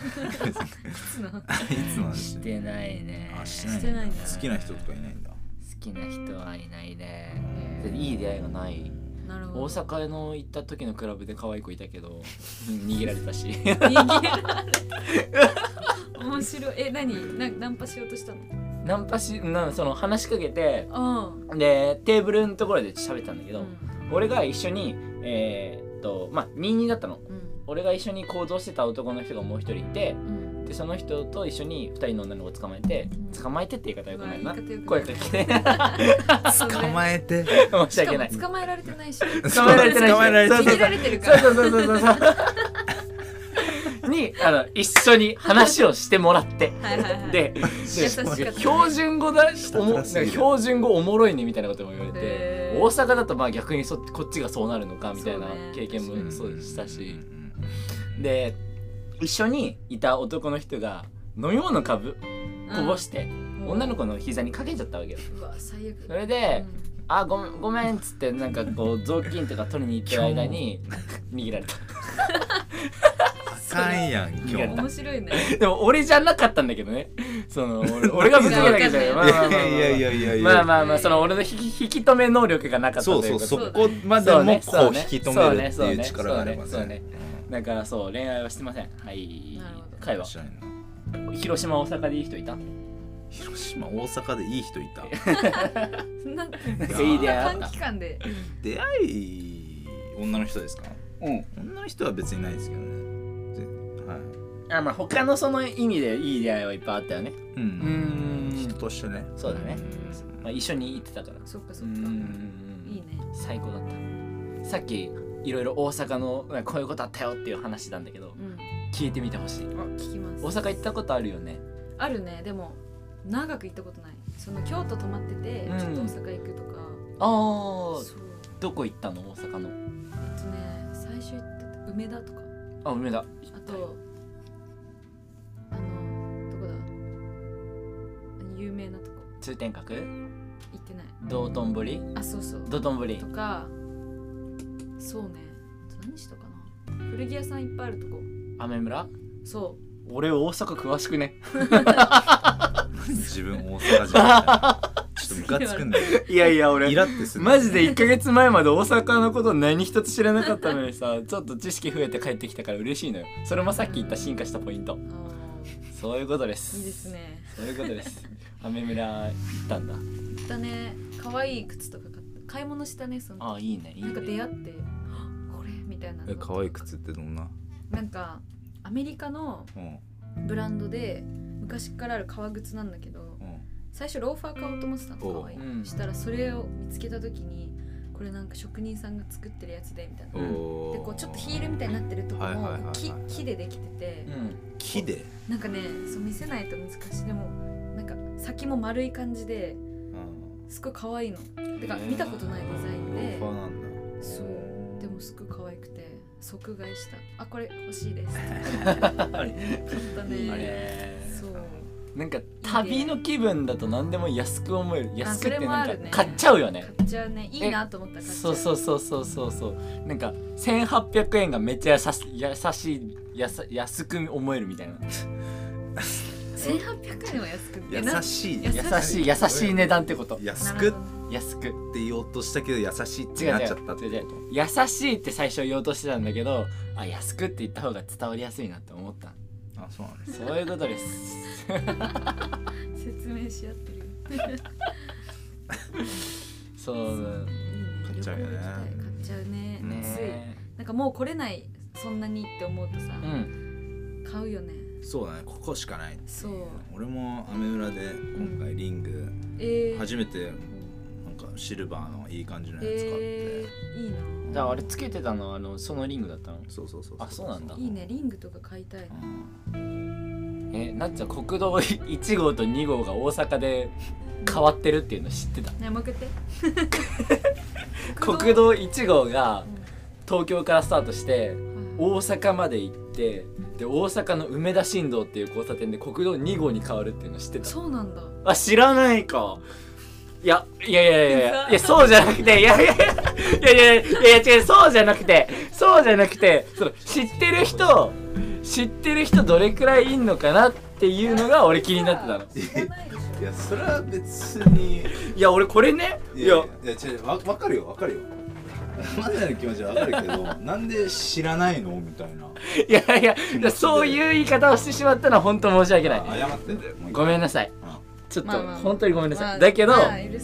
B: 話
A: してないね。
C: してないんだ。
B: 好きな人とかいないんだ。
A: 好きな人はいないね。いい出会いがない。
C: なるほど。
A: 大阪の行った時のクラブで可愛い子いたけど逃げられたし。
C: 逃げられた。面白い。ナンパしようとしたの？
A: ナンパその話しかけて、でテーブルのところで喋ったんだけど、俺が一緒に22だったの。俺が一緒に行動してた男の人がもう一人いて、でその人と一緒に2人の女の子を捕まえてって言い方よくないな。こうやって
B: 捕まえて。
A: 申し訳ない。
C: 捕まえられてないし。
A: 捕まえられてないし。
C: 逃げられてるから。
A: そうに一緒に話をしてもらって、で標準語おもろいねみたいなことも言われて、大阪だとまあ逆にこっちがそうなるのかみたいな経験もそうしたし、で一緒にいた男の人が飲み物こぼして女の子の膝にかけちゃったわけよ。
C: うわ最悪。
A: それであごめんっつってなんかこう雑巾とか取りに行ってる間に逃げられた。
B: あかんやん今日。
C: 面白いね。
A: でも俺じゃなかったんだけどね。俺がぶつけただけじゃない。まあその俺の引き止め能力がなかったというか。
B: そこまでもこう引き止めるっていう力があればね。
A: だからそう恋愛はしてません。はい。会話。広島大阪でいい人いた？
B: 広島大阪でいい人いた？
C: なんか
A: いい出会いあった。
C: 短期間で。
B: 出会い女の人ですか？女の人は別にないですけどね。
A: まあ他のその意味でいい出会いはいっぱいあったよね。
B: 人としてね。
A: そうだね。まあ一緒に行ってたから。
C: そっかそっか。いいね。
A: 最高だった。さっきいろいろ大阪のこういうことあったよっていう話なんだけど、聞いてみてほしい。
C: 聞きます。
A: 大阪行ったことあるよね？
C: あるね。でも長く行ったことない。その京都泊まっててちょっと大阪行くとか。どこ行ったの大阪の？ 最初行った梅田とか。
A: 梅田。あ
C: とどこだ？有名なとこ。
A: 通天閣？行
C: ってない。
A: 道頓堀？
C: そう。
A: 道頓堀
C: とか。そうね。何したかな？古着屋さんいっぱいあるとこ。
A: アメ村？
C: そう。
A: 俺大阪詳しくね。
B: 自分大阪じゃん。ちょっとムカつくんだよ。
A: いや俺
B: イラってする。
A: マジで1ヶ月前まで大阪のこと何一つ知らなかったのにさ、ちょっと知識増えて帰ってきたから嬉しいのよ。それもさっき言った進化したポイント。そういうことです。
C: いいですね。
A: そういうことです。アメ村行ったんだ。
C: 行ったね。可愛い靴とか買い物したね。その
A: いいね。
C: なんか出会ってこれみたいな。
B: 可愛い靴ってどんな？
C: なんかアメリカのブランドで昔からある革靴なんだけど、最初ローファー買おうと思ってたの。可愛い。したらそれを見つけた時にこれなんか職人さんが作ってるやつでみたいな。でこうちょっとヒールみたいになってるとこも木でできてて。
B: 木で？
C: なんかねそう見せないと難しい。でもなんか先も丸い感じですごい可愛いの。てか見たことないデザインで。
B: ローファーなんだ。
C: そう。でもすごい可愛くて即買いした。これ欲しいです。買ったね。そう。
A: なんか旅の気分だと何でも安く思える。安くってなんか
C: ね、
A: 買っちゃうよね。
C: 買っちゃうね。いいなと思ったら買っちゃう。
A: そうなんか1800円がめっちゃ安く思えるみたいな。
C: 1800円は安く
B: 優
A: しい値段ってこと。
B: 安くって言おうとしたけど優しいってなっちゃったってこと。
A: 優しいって最初言おうとしてたんだけど、あ、安くって言った方が伝わりやすいなって思った。
B: あ、そうなんです。
A: そういうことです。
C: 説明し合ってる。
A: そう。
B: 買っちゃうよね。
C: 買っちゃうね。なんかもう来れないそんなにって思うとさ、買うよね。
B: そうだね、ここしかない。
C: そう。
B: 俺もアメ村で今回リング初めてなんかシルバーのいい感じのやつ買って。
C: いいな。
A: じゃああれつけてたのそのリングだったの？
B: そう。
A: あ、そうなんだ。
C: いいね、リングとか買いたいな。
A: なっちゃん国道1号と2号が大阪で変わってるっていうの知ってた？
C: ね、もう一回言って。
A: 国道1号が東京からスタートして大阪まで行って、で大阪の梅田新道っていう交差点で国道2号に変わるっていうの知ってた？
C: そうなんだ。
A: あ、知らないか。いやそうじゃなくて、いや違う、そうじゃなくてその知ってる人どれくらいいんのかなっていうのが俺気になってたの。
B: いや、それは別に。
A: いや、俺これね、
B: いや違う、分かるよマジの気持ちは分かるけどなんで知らないのみたいな。
A: いやそういう言い方をしてしまったのは本当申し訳ない。
B: 謝って
A: ごめんなさい。ちょっと本当にごめんなさい。だけど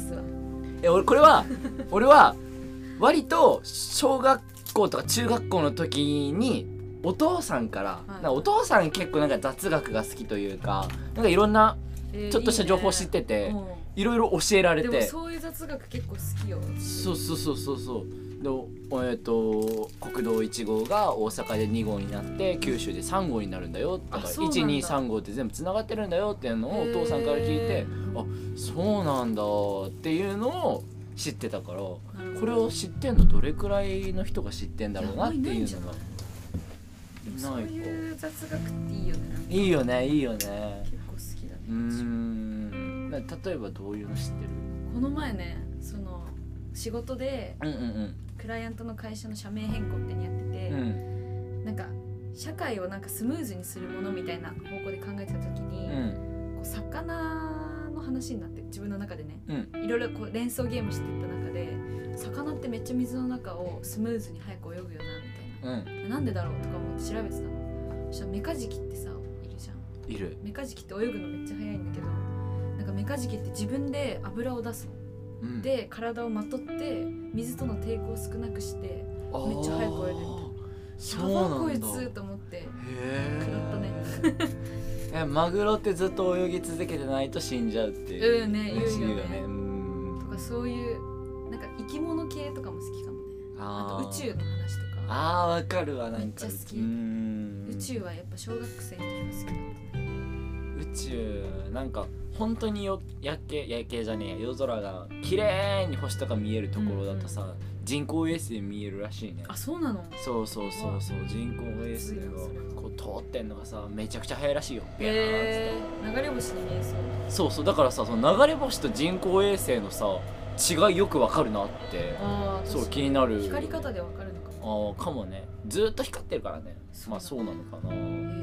A: 俺は割と小学校とか中学校の時にお父さんから、お父さん結構なんか雑学が好きというか、なんかいろんなちょっとした情報知ってて、いろいろ教えられて。
C: でもそういう雑学結構好きよ。
A: そうで、国道1号が大阪で2号になって九州で3号になるんだよ。だから123号って全部つながってるんだよっていうのをお父さんから聞いて、あ、そうなんだっていうのを知ってたから、これを知ってんのどれくらいの人が知ってんだろうなっていうのが。
C: そういう雑学っていいよね。
A: いいよね。
C: 結構好きだね。
A: 例えばどういうの知ってる？
C: この前ね、その仕事でクライアントの会社の社名変更ってやってて、なんか社会をなんかスムーズにするものみたいな方向で考えてた時に、こう魚の話になって、自分の中でね、いろいろこう連想ゲームしていった中で、魚ってめっちゃ水の中をスムーズに早く泳ぐよなみたいな、なんでだろうとか思って調べてたの。そしたらメカジキってさ、いるじゃん。
A: いる。
C: メカジキって泳ぐのめっちゃ早いんだけど、なんかメカジキって自分で油を出すの、で体をまとって水との抵抗を少なくしてめっちゃ早く泳いでる。
A: そうなんだ。
C: こいつと思って食らったね。
A: マグロってずっと泳ぎ続けてないと死んじゃうっていう
C: ね、言うよね。とかそういうなんか生き物系とかも好きかもね。あと宇宙の話とか。
A: わかるわ。なんか
C: めっちゃ好き。宇宙はやっぱ小学生の時は好きだったね。
A: 宇宙なんか本当に夜景じゃねえ、夜空が綺麗に星とか見えるところだとさ、人工衛星で見えるらしいね。
C: あ、そうなの？
A: そう人工衛星がこう通ってんのがさ、めちゃくちゃ速いらしいよ。
C: 流れ星に見え
A: そう。そうだからさ、その流れ星と人工衛星のさ違いよくわかるなって。そう、気になる。
C: 光り方でわかるのかも。
A: かもね。ずっと光ってるからね。まあそうなのかな。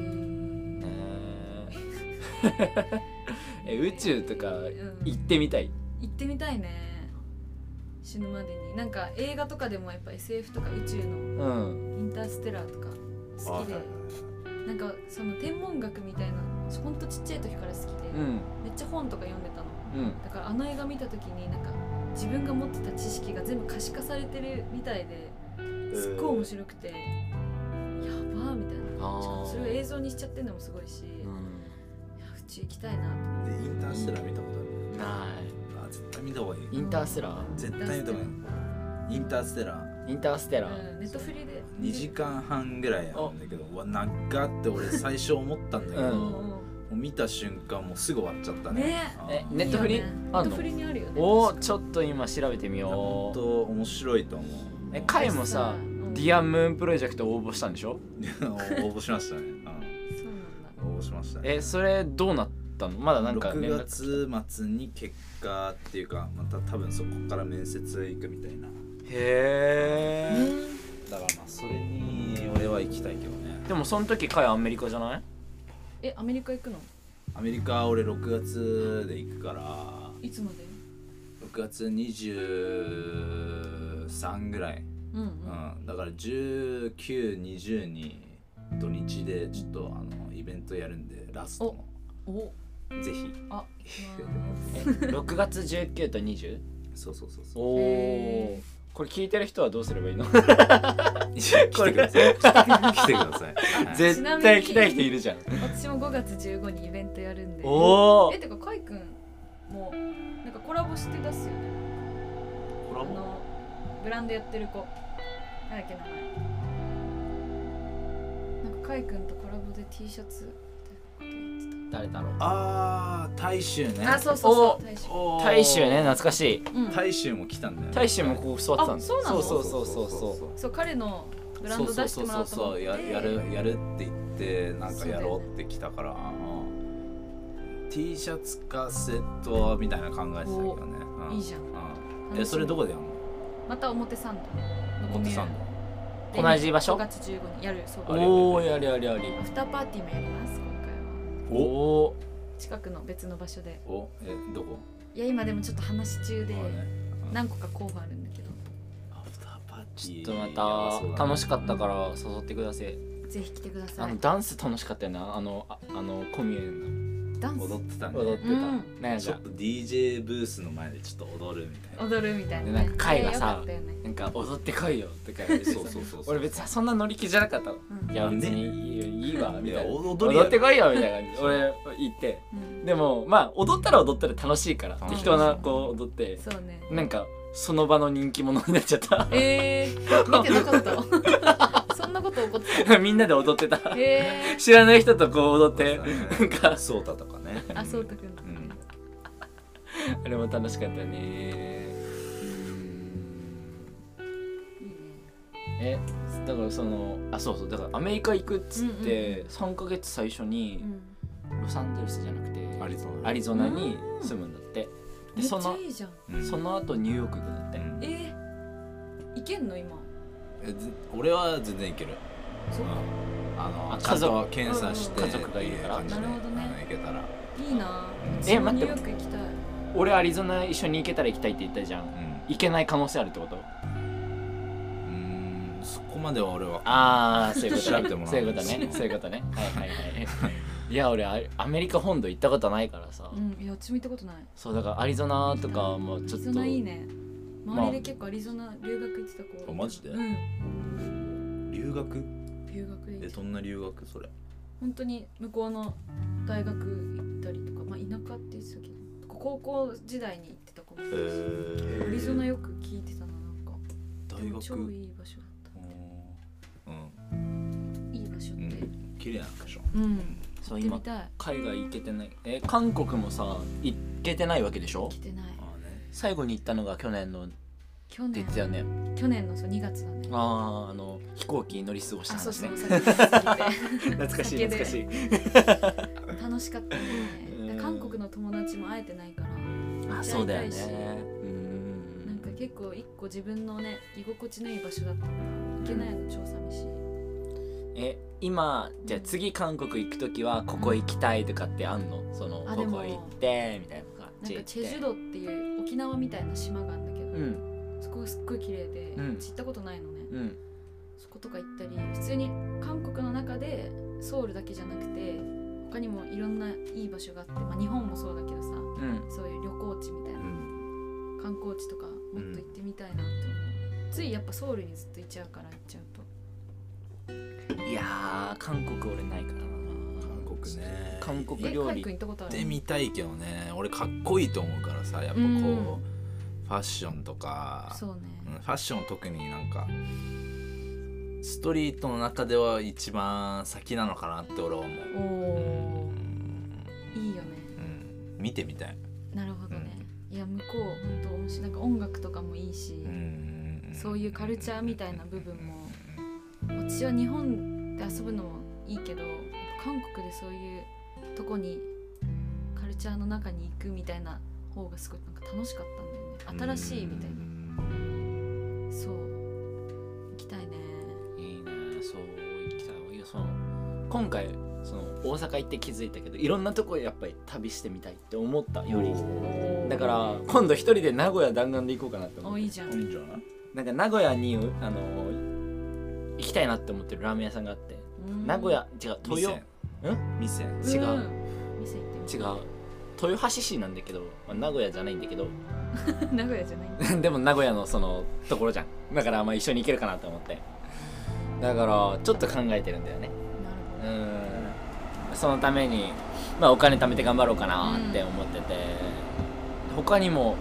A: 宇宙とか行ってみたい？
C: 行ってみたいね。死ぬまでに。なんか映画とかでもやっぱ SF とか宇宙のインターステラーとか好きで、なんかその天文学みたいなほんとちっちゃい時から好きで、めっちゃ本とか読んでたの。だからあの映画見た時になんか自分が持ってた知識が全部可視化されてるみたいですっごい面白くて、やばーみたいな。しかもそれを映像にしちゃってるのもすごいし、宇宙行きたいなと思って。
B: インターステラー見たことある？
A: ない。
B: 絶対見た方がいい。
A: インターステラー
B: 絶対見た方がいい。インターステラー
C: ネットフリで
B: 2時間半ぐらいあるんだけど、うわ長って俺最初思ったんだけど、もう見た瞬間もうすぐ終わっちゃったね。
A: ネットフリあんの？
C: ネットフリにあるよね。
A: ちょっと今調べてみよう。
B: ほんと面白いと思う。
A: カイもさ、ディアンムーンプロジェクト応募したんでしょ？
B: 応募しましたね。応募しましたね。
A: それどうなっったの？まだなんか連絡
B: 6月末に結果っていうかまた多分そこから面接行くみたいな。
A: へえ。
B: だからまあそれに俺は行きたいけどね。
A: でもその時カイアメリカじゃない？
C: アメリカ行くの？
B: アメリカは俺6月で行くから。
C: いつまで
B: ？6月23ぐらい。だから19、20に土日でちょっとイベントやるんでラストのぜひ。
A: 6月19と 20？
B: そう。
A: おお。これ聞いてる人はどうすればいいの？
B: 来てください。来てください。
A: 絶対来たい人いるじゃん。
C: 私も5月15にイベントやるんで。
A: おお。
C: てかカイくんもなんかコラボして出すよね。
B: コラボ？
C: ブランドやってる子。なんだっけ名前。なんかカイくんとコラボで T シャツ。
A: 誰だろう？
B: 大衆ね。
C: そう。
A: 大衆ね、懐かしい。
B: 大衆も来たんだよ。
A: 大衆もこう座ってたんだ。
C: そうなの？
A: そう
C: 彼のブランド出してもらおうと思って。
B: やるって言ってなんかやろうって来たから、T シャツかセットみたいな考えてたけどね。
C: いいじゃ
B: ん。それどこでやるの？
C: また表参道。
B: 表参
A: 道。同じ場所？
C: 5月15にやる。
A: おお、やり。アフ
C: ターパーティーもやります。
A: お
C: 近くの別の場所で。
B: どこ？
C: いや今でもちょっと話中で何個か候補あるんだけど。
B: アフターパーティー
A: ちょっとまた楽しかったから誘ってください。
C: ぜひ来てください。
A: ダンス楽しかったよな。コミューン
C: のダンス
B: 踊ってたね。
A: ね、
B: ちょっと DJ ブースの前でちょっと踊るみたいな。
A: なんか会がさ、なんか踊ってこいよとか言って。
B: そう。
A: 俺別にそんな乗り気じゃなかったの。いや別にいいわみたいな。
B: 踊
A: ってこいよみたいな感じ。俺言って。でもまあ踊ったら楽しいから適当なこう踊って。なんかその場の人気者になっちゃった。
C: 見てなかった。そんなこと起こってた。
A: みんなで踊ってた。知らない人とこう踊ってなんか
B: ソータとかね。
C: ソータくんとかね。
A: あれも楽しかったね。だからそうだからアメリカ行くっつって3ヶ月最初にロサンゼルスじゃなくてアリゾナに住むんだって。
C: めっちゃいいじゃん。
A: その後ニューヨーク行くんだって。
C: 行けんの今？
B: 俺は全然行ける。家族検査して
A: 家族がいるから。
C: なるほどね。
B: 行けたら
C: いいな。
A: 待って、
C: ニューヨーク行きたい。
A: 俺アリゾナ一緒に行けたら行きたいって言ったじゃん。行けない可能性あるってこと？
B: そこまでは俺は
A: そういうことね。そういうことね。はい。いや俺アメリカ本土行ったことないからさ。
C: いや私も行ったことない。
A: そうだからアリゾナとかもちょっと。アリゾナ
C: いいね。周りで結構アリゾナ留学行ってた子。
B: マジで？留学でどんな留学それ？
C: 本当に向こうの大学行ったりとか、田舎って言ってたけど高校時代に行ってた子もいるし、アリゾナよく聞いてたな。なんか
B: 大学
C: 超いい場所だった。いい場所って
B: 綺麗な場所。
A: そう今海外行けてない。韓国もさ行けてないわけでしょ？
C: 行けてない。
A: 最後に行ったのが去年のって言ってたよね。
C: 去年の2月だね。
A: 飛行機乗り過ごした話ね。
C: 懐
A: かしい。
C: 楽しかったね。韓国の友達も会えてないから。
A: そうだよね。
C: なんか結構一個自分のね居心地のいい場所だったから行けないの超寂しい。
A: 今じゃあ次韓国行くときはここ行きたいとかってあんの？ここ行ってみたいな感じ。
C: なんかチェジュ島っていう沖縄みたいな島があるんだけど、そこがすっごい綺麗で、行ったことないのね。そことか行ったり、普通に韓国の中でソウルだけじゃなくて他にもいろんないい場所があって、日本もそうだけどさ、そういう旅行地みたいな、観光地とかもっと行ってみたいなって思う。ついやっぱソウルにずっといちゃうから行っちゃうと。
A: いやー韓国俺ないからな。韓国料理
B: 行ってみたいけどね。俺かっこいいと思うからさ、やっぱこう、ファッションとか、
C: そうね、
B: ファッション特になんかストリートの中では一番先なのかなって俺は思う。
C: いいよね。
B: 見てみたい。
C: なるほどね。いや向こう本当面白い。なんか音楽とかもいいし、そういうカルチャーみたいな部分も。私は日本で遊ぶのもいいけど、韓国でそういうとこにルチャーの中に行くみたいな方がすごいなんか楽しかったんだよね。新しいみたいな。そう行きたいね。
A: いいね。そう行きたい。いや今回その大阪行って気づいたけど、いろんなとこやっぱり旅してみたいって思ったより、だから今度一人で名古屋弾丸で行こうかなって思って。
C: いいじゃん。
B: いいんじゃない？
A: なんか名古屋に行きたいなって思ってるラーメン屋さんがあって、名古屋違う
B: 店
A: 違う
C: 店行ってみ
A: 違う豊橋市なんだけど、まあ、名古屋じゃないんだけど
C: 名古屋じゃない
A: でも名古屋のそのところじゃん。だからまあ一緒に行けるかなと思って、だからちょっと考えてるんだよね。
C: なるほど。
A: そのために、まあ、お金貯めて頑張ろうかなって思ってて、他にも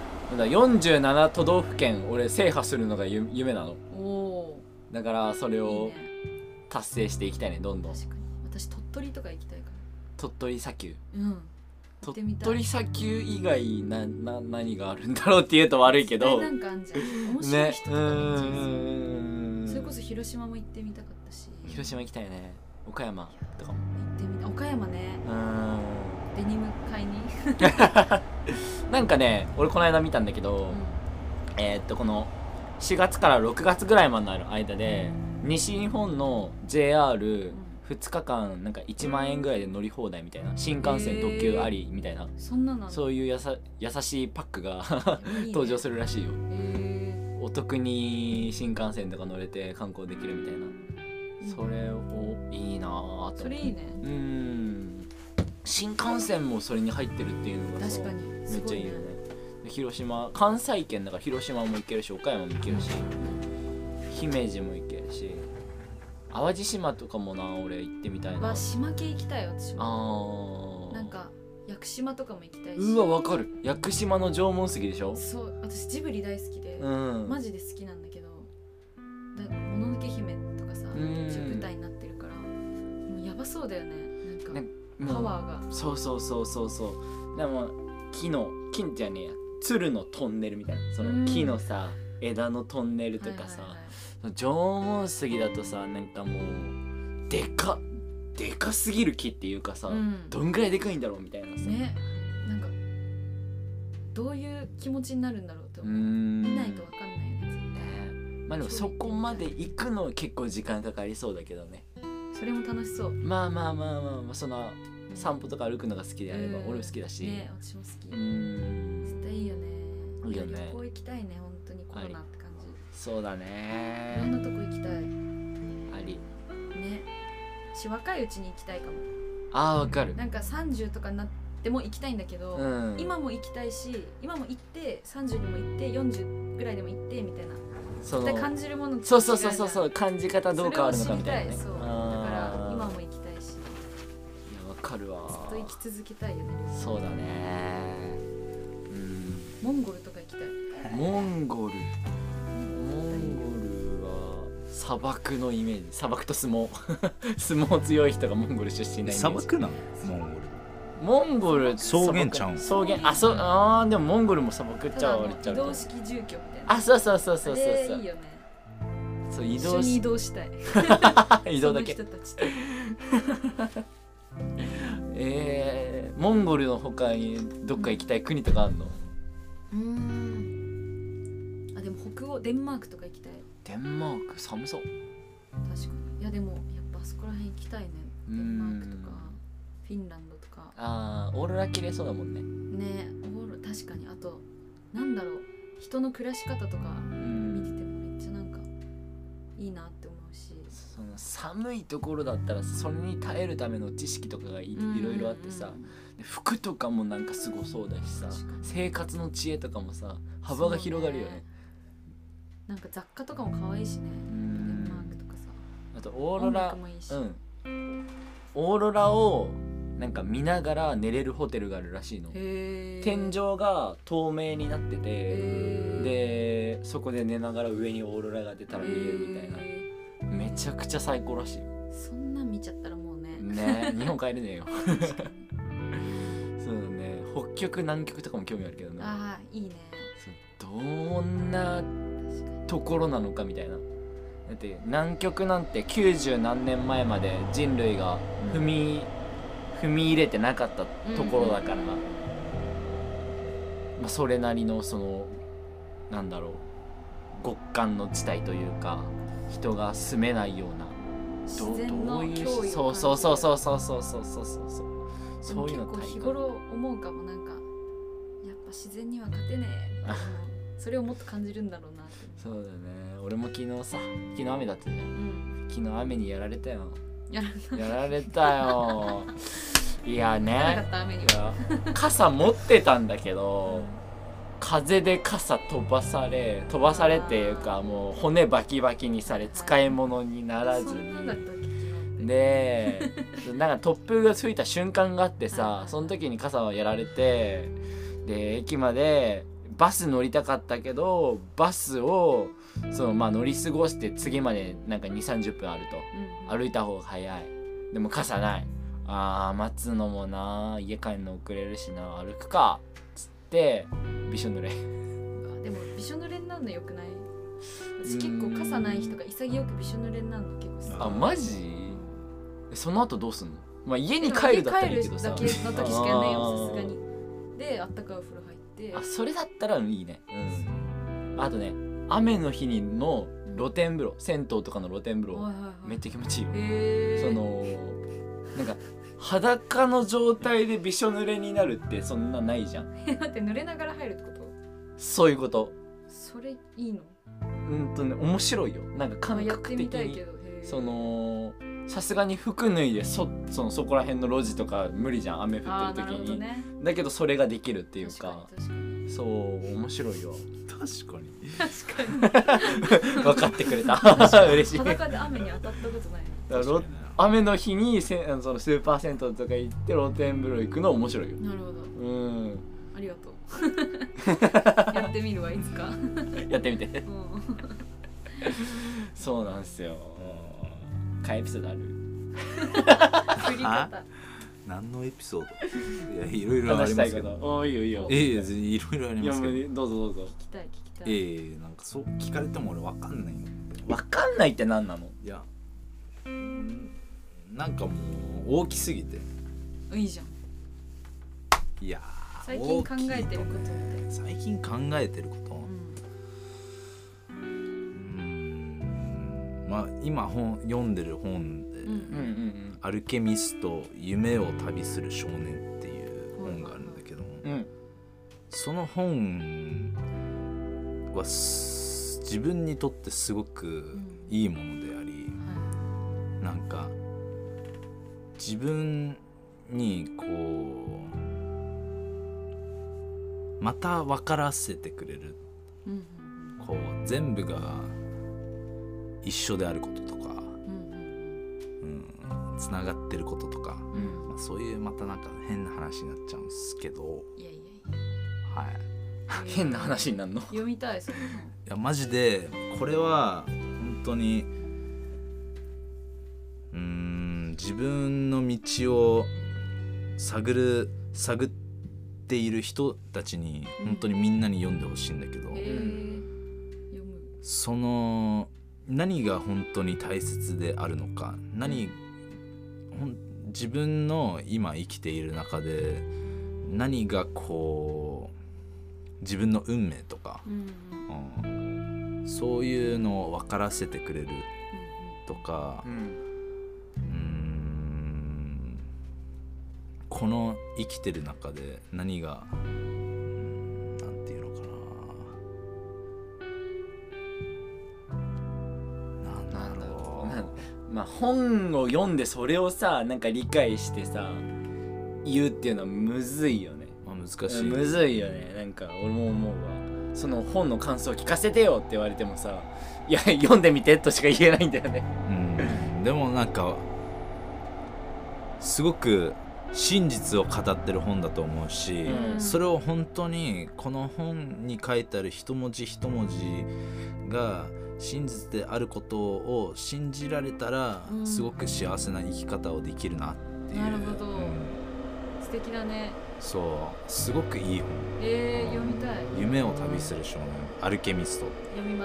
A: 47都道府県俺制覇するのが夢なの。だからそれを達成していきたいね、どんどん。
C: 確かに私鳥取とか行きたいから。
A: 鳥取砂丘、
C: 鳥
A: 取砂丘以外何があるんだろうって言うと悪いけど、
C: なんかあんじゃん面白い人とかね。それこそ広島も行ってみたかったし。
A: 広島行きたいね。岡山とかも
C: 行ってみた。岡山ね。デニム買いに
A: なんかね、俺この間見たんだけど、この4月から6月ぐらいまでの間で、西日本の JR2 日間なんか1万円ぐらいで乗り放題みたいな、新幹線特急ありみたいな、そういう優しいパックが登場するらしいよ。お得に新幹線とか乗れて観光できるみたいな。それをいいなぁと。
C: それいいね。
A: 新幹線もそれに入ってるっていうのが
C: 確かに
A: めっちゃいいよね。広島、関西圏だから広島も行けるし、岡山も行けるし、姫路も行けるし、淡路島とかもな、俺行ってみたいな。
C: 島系行きたい私も。なんか屋久島とかも行きたいし。
A: うわ、わかる。屋久島の縄文杉でしょ。
C: そう、私ジブリ大好きで、マジで好きなんだけど、もののけ姫とかさ、舞台になってるから、もうやばそうだよね。なんかパワーが。
A: そうでも金じゃねえや、鶴のトンネルみたいな、その木のさ、枝のトンネルとかさ、縄文杉だとさ、なんかもうでかすぎる木っていうかさ、どんぐらいでかいんだろうみたいなさ、
C: ね、なんかどういう気持ちになるんだろうって思う。見ないと分かんないよね。
A: まあでもそこまで行くの結構時間かかりそうだけどね。
C: それも楽しそう。
A: まあその散歩とか歩くのが好きであれば、俺も好きだし、
C: ね、私も好き。絶対いいよね。
A: いいよね。
C: 旅行行きたいね、本当にコロナって感じ。
A: そうだね。
C: いろんなとこ行きたい。あ
A: り。
C: ね。若いうちに行きたいかも。
A: わかる。
C: なんか30とかになっても行きたいんだけど、今も行きたいし、今も行って30にも行って40ぐらいでも行ってみたいな。絶対感じるもの。
A: そう感じ方どう変わるのかみたいなね。
C: そう。だから今も行きたいし。
A: いや、わかるわ。
C: ずっと生き続けたいよね。
A: そうだね。
C: モンゴルとか行きたい。
A: モンゴルは砂漠のイメージ。砂漠と相撲相撲強い人がモンゴル出身なイメージ。
B: 砂漠なの？
A: モンゴル
B: 草原ちゃうん？
A: 草原。でもモンゴルも砂漠っちゃ悪っちゃう。
C: 移動式住居みたいな。
A: そう
C: いいよね。
A: そう、
C: 一緒に移動したい。
A: 移動だけ。モンゴルの他にどっか行きたい国とかあるの？
C: でも北欧、デンマークとか行きたい。
A: デンマーク寒そう。
C: 確かに。いやでもやっぱあそこら辺行きたいね。デンマークとかフィンランドとか。
A: オーロラ綺麗そうだもんね。
C: ね、確かに。あとなんだろう、人の暮らし方とか見ててもめっちゃなんかいいなって思うし、
A: その寒いところだったらそれに耐えるための知識とかがいろいろあってさ、服とかもなんかすごそうだしさ、生活の知恵とかもさ、幅が広がるよね。
C: なんか雑貨とかも可愛いしね。デンマークとかさ。
A: あとオーロラ、
C: もいいし、
A: オーロラをなんか見ながら寝れるホテルがあるらしいの。天井が透明になってて、でそこで寝ながら上にオーロラが出たら見えるみたいな、めちゃくちゃ最高らしいよ。
C: そんなん見ちゃったらもう
A: ね日本帰れねえよそうだね。北極南極とかも興味あるけどね。
C: いいね。
A: どんなところなのかみたいな。だって南極なんて90何年前まで人類が踏踏み入れてなかったところだから、まあ、それなりのそのなんだろう極寒の地帯というか人が住めないような
C: 自然の脅威を感じる。
A: そうそうそうそうそうそうそうそうそういうの
C: 結構日頃思うかも、なんかやっぱ自然には勝てねえそれをもっと感じるんだろうなって。
A: そうだね。俺も昨日雨だったじゃん、昨日雨にやられたよ。やられたよいやね、
C: なかった雨には。
A: 傘持ってたんだけど、風で傘飛ばされっていうかもう骨バキバキにされ使い物にならずに、でなんか突風が吹いた瞬間があってさ、その時に傘はやられて、で駅までバス乗りたかったけどバスを乗り過ごして次までなんか 2,30 分あると、歩いた方が早い。でも傘ない、待つのもな、家帰るの遅れるしな、歩くかっつってびしょ濡れ。
C: でもびしょ濡れになるのよくない？私結構傘ない人が潔くびしょ濡れになるの結構好き。
A: マジ？その後どうすんの？家に帰るだったらいいけどさ、
C: 帰るだけの時しかやんないよさすがに。であったかいお風呂入って、そ
A: れだったらいいね。あとね、雨の日にの露天風呂、銭湯とかの露天風呂、めっちゃ気持ちいいよ。なんか裸の状態でびしょ濡れになるってそんなないじゃん。
C: 待って、濡れながら入るってこと？
A: そういうこと。
C: それいいの？
A: 面白いよ。なんか感覚的にさすがに服脱いでそこら辺の路地とか無理じゃん、雨降ってる時に、だけどそれができるっていうか、そう面白いよ。
B: 確かに
A: 分かってくれた嬉しい。
C: 裸で雨に当たったことない。
A: 雨の日にそのスーパー銭湯とか行って露天風呂行くの面白いよ。
C: なるほど。ありがとうやってみるわ、いつか
A: やってみてそうなんですよ。エピソードある？
C: 振り方
B: 何のエピソード？いや、いろいろありますけど。
A: いいよいいよ。
B: いろいろありますけど。
A: どうぞどうぞ。
C: 聞きたい。
B: なんかそう聞かれても俺わかんないの。
A: わかんないって何なの？
B: いや、なんかもう大きすぎて。
C: いいじゃん。
B: いや、
C: 最近考えてることって。
B: 最近考えてること。今読んでる本で「アルケミスト夢を旅する少年」っていう本があるんだけど、その本は自分にとってすごくいいものであり、なんか自分にこうまた分からせてくれる、こう全部が一緒であることとか、つながってることとか、そういうまたなんか変な話になっちゃうんですけど、はい、
A: 変な話になるの？
C: 読みたいその本。
B: いやマジでこれは本当に自分の道を探っている人たちに本当にみんなに読んでほしいんだけど、その何が本当に大切であるのか、自分の今生きている中で何がこう自分の運命とか、そういうのを分からせてくれるとか、この生きてる中で何がなんていうのかな、なんだろ
A: う、本を読んでそれをさなんか理解してさ言うっていうのはむずいよね。
B: 難しい。
A: むずいよね。なんか俺も思うわ。その本の感想を聞かせてよって言われてもさ、いや読んでみてとしか言えないんだよね。
B: でもなんかすごく真実を語ってる本だと思うし、それを本当にこの本に書いてある一文字一文字が真実であることを信じられたら、すごく幸せな生き方をできるなっていう。
C: なるほど、素敵だね。
B: そうすごくいい本。
C: 読みたい。
B: 夢を旅する少年アルケミスト。
C: 読みます、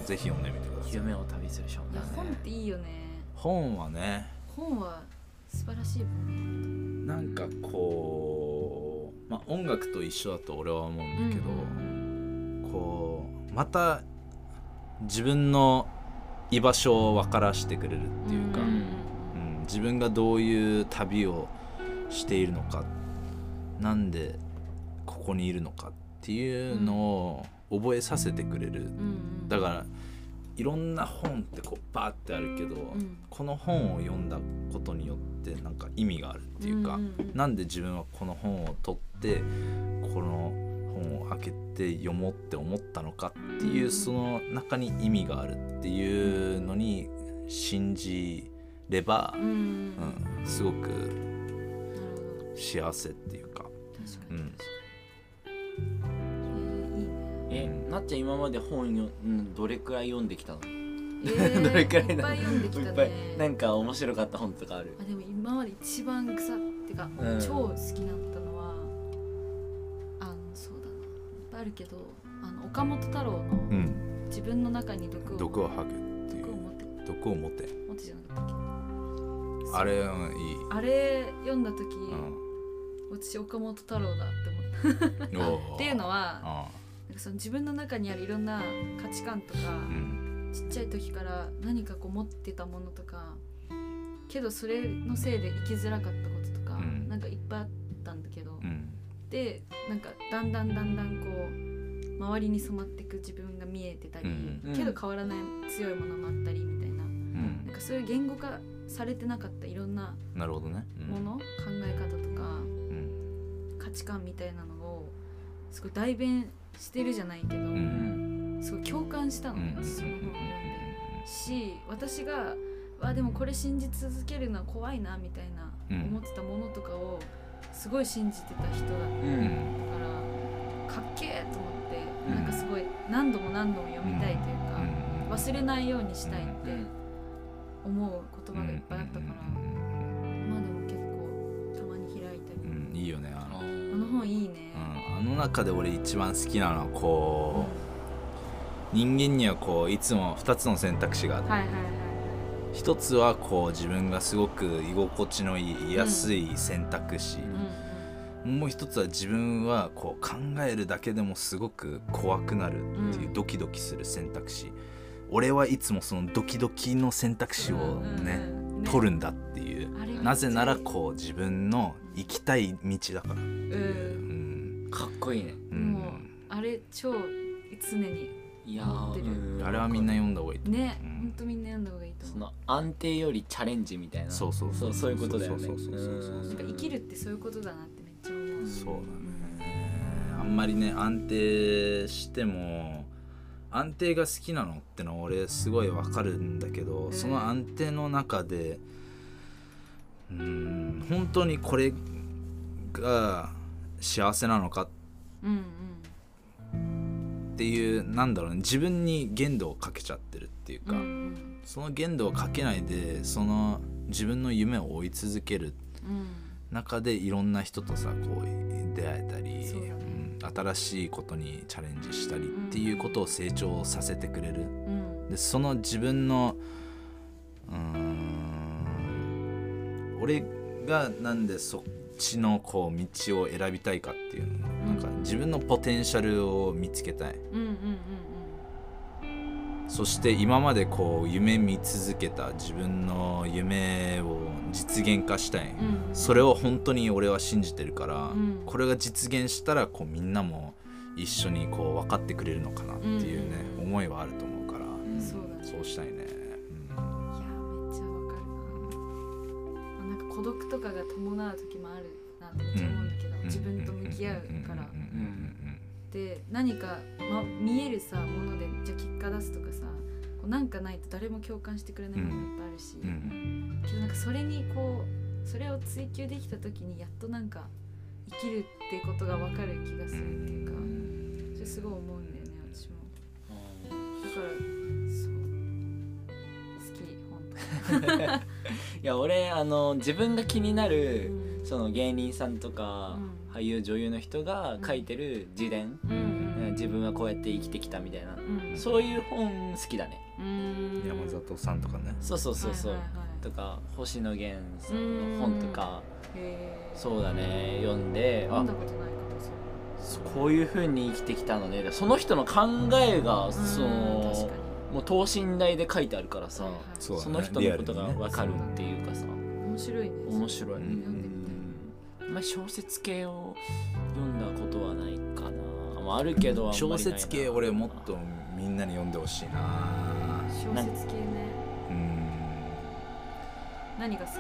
B: ぜひ読んでみてください。
A: 夢を旅する少年、
C: 本っていいよね。
B: 本はね、
C: 本は素晴らしい文明。
B: なんかこう、音楽と一緒だと俺は思うんだけど、こうまた自分の居場所を分からしてくれるっていうか、自分がどういう旅をしているのか、なんでここにいるのかっていうのを覚えさせてくれる、だからいろんな本ってこうバーってあるけど、この本を読んだことによってなんか意味があるっていうか、なんで自分はこの本を取ってこの本を開けて読もうって思ったのかっていう、その中に意味があるっていうのに信じれば、すごく幸せっていうか。
C: 確かに、
A: なっちゃん今まで本どれくらい読んできたの？ど
C: れくらいいっぱい読んできたね。
A: なんか面白かった本とかある？
C: でも今まで一番草ってか、超好きだったのはそうだな、いっぱいあるけど岡本太郎の、自分の中に毒を
B: 吐くっていう、毒を持て
C: じゃなかったっけ、
B: あれ、いい。
C: あれ読んだ時、私岡本太郎だって思ったっていうのは、なんかその自分の中にあるいろんな価値観とか、ちっちゃい時から何かこう持ってたものとか、けどそれのせいで生きづらかったこととか、なんかいっぱいあったんだけど、でなんかだんだんこう周りに染まっていく自分が見えてたり、けど変わらない強いものもあったりみたいな、なんかそういう言語化されてなかったいろんなもの、考え方とか、価値観みたいなのをすごい代弁してるじゃないけど、すごい共感したのね、その本を読んで、し、私がでもこれ信じ続けるのは怖いなみたいな思ってたものとかをすごい信じてた人だったから、かっけーと思って、なんかすごい何度も読みたいというか、忘れないようにしたいって思う言葉がいっぱいあったから、でも結構たまに開いたり、
B: いいよね、
C: あの本いいね。
B: あの中で俺一番好きなのはこう、人間にはこういつも2つの選択肢があって、一つはこう自分がすごく居心地のいいやすい選択肢、もう一つは自分はこう考えるだけでもすごく怖くなるっていうドキドキする選択肢、俺はいつもそのドキドキの選択肢をね、取るんだっていう、なぜならこう自分の行きたい道だからっていう、
A: かっこいいね。
C: もうあれ超常に持ってる。
B: あれはみんな読んだ方がいいと思う
C: ね、ほんとみんな読んだ方がいいと思う。
A: その安定よりチャレンジみたいな、そういうことだよね。
C: 生きるってそういうことだなってめっちゃ思う。
B: そうだね、あんまりね安定しても、安定が好きなのってのは俺すごいわかるんだけど、その安定の中で本当にこれが幸せなのかっていう、なんだろうね、自分に限度をかけちゃってるっていうか、その限度をかけないでその自分の夢を追い続ける中でいろんな人とさこう出会えたり、新しいことにチャレンジしたりっていうことを成長させてくれる、でその自分の俺がなんでそっちのこう道を選びたいかっていうの、なんか自分のポテンシャルを見つけたい、そして今までこう夢見続けた自分の夢を実現化したい、それを本当に俺は信じてるから、これが実現したらこうみんなも一緒にこう分かってくれるのかなっていうね、思いはあると思うから、そうしたいね。いやめっ
C: ちゃわかるな。なんか孤独とかが伴う時もあるなってめっちゃ思うんだけど、自分と向き合うから、で何か、見えるさものでじゃあ結果出すとかさ、こうなんかないと誰も共感してくれないこともいっぱいあるし、けどなんかそれにこうそれを追求できた時にやっとなんか生きるっていうことが分かる気がするっていうか、それすごい思うんだよね私も。だからそう好き本当。
A: いや俺自分が気になるその芸人さんとか、俳優女優の人が書いてる自伝、自分はこうやって生きてきたみたいな、そういう本好きだね。
B: 山里さんとかね。
A: そうそうそうそう、とか星野源さんの本とか、そうだね、読んで、
C: 読んだことないか
A: こういう風に生きてきたのね。その人の考えがそのもう等身大で書いてあるからさ、その人のことが分かるっていうかさ、
C: 面白いね。
A: 面白い。読んでみたい。小説系を読んだことはないかな。あるけど
B: 小説系俺もっとみんなに読んでほしいな。
C: 小説系ね。何が好き？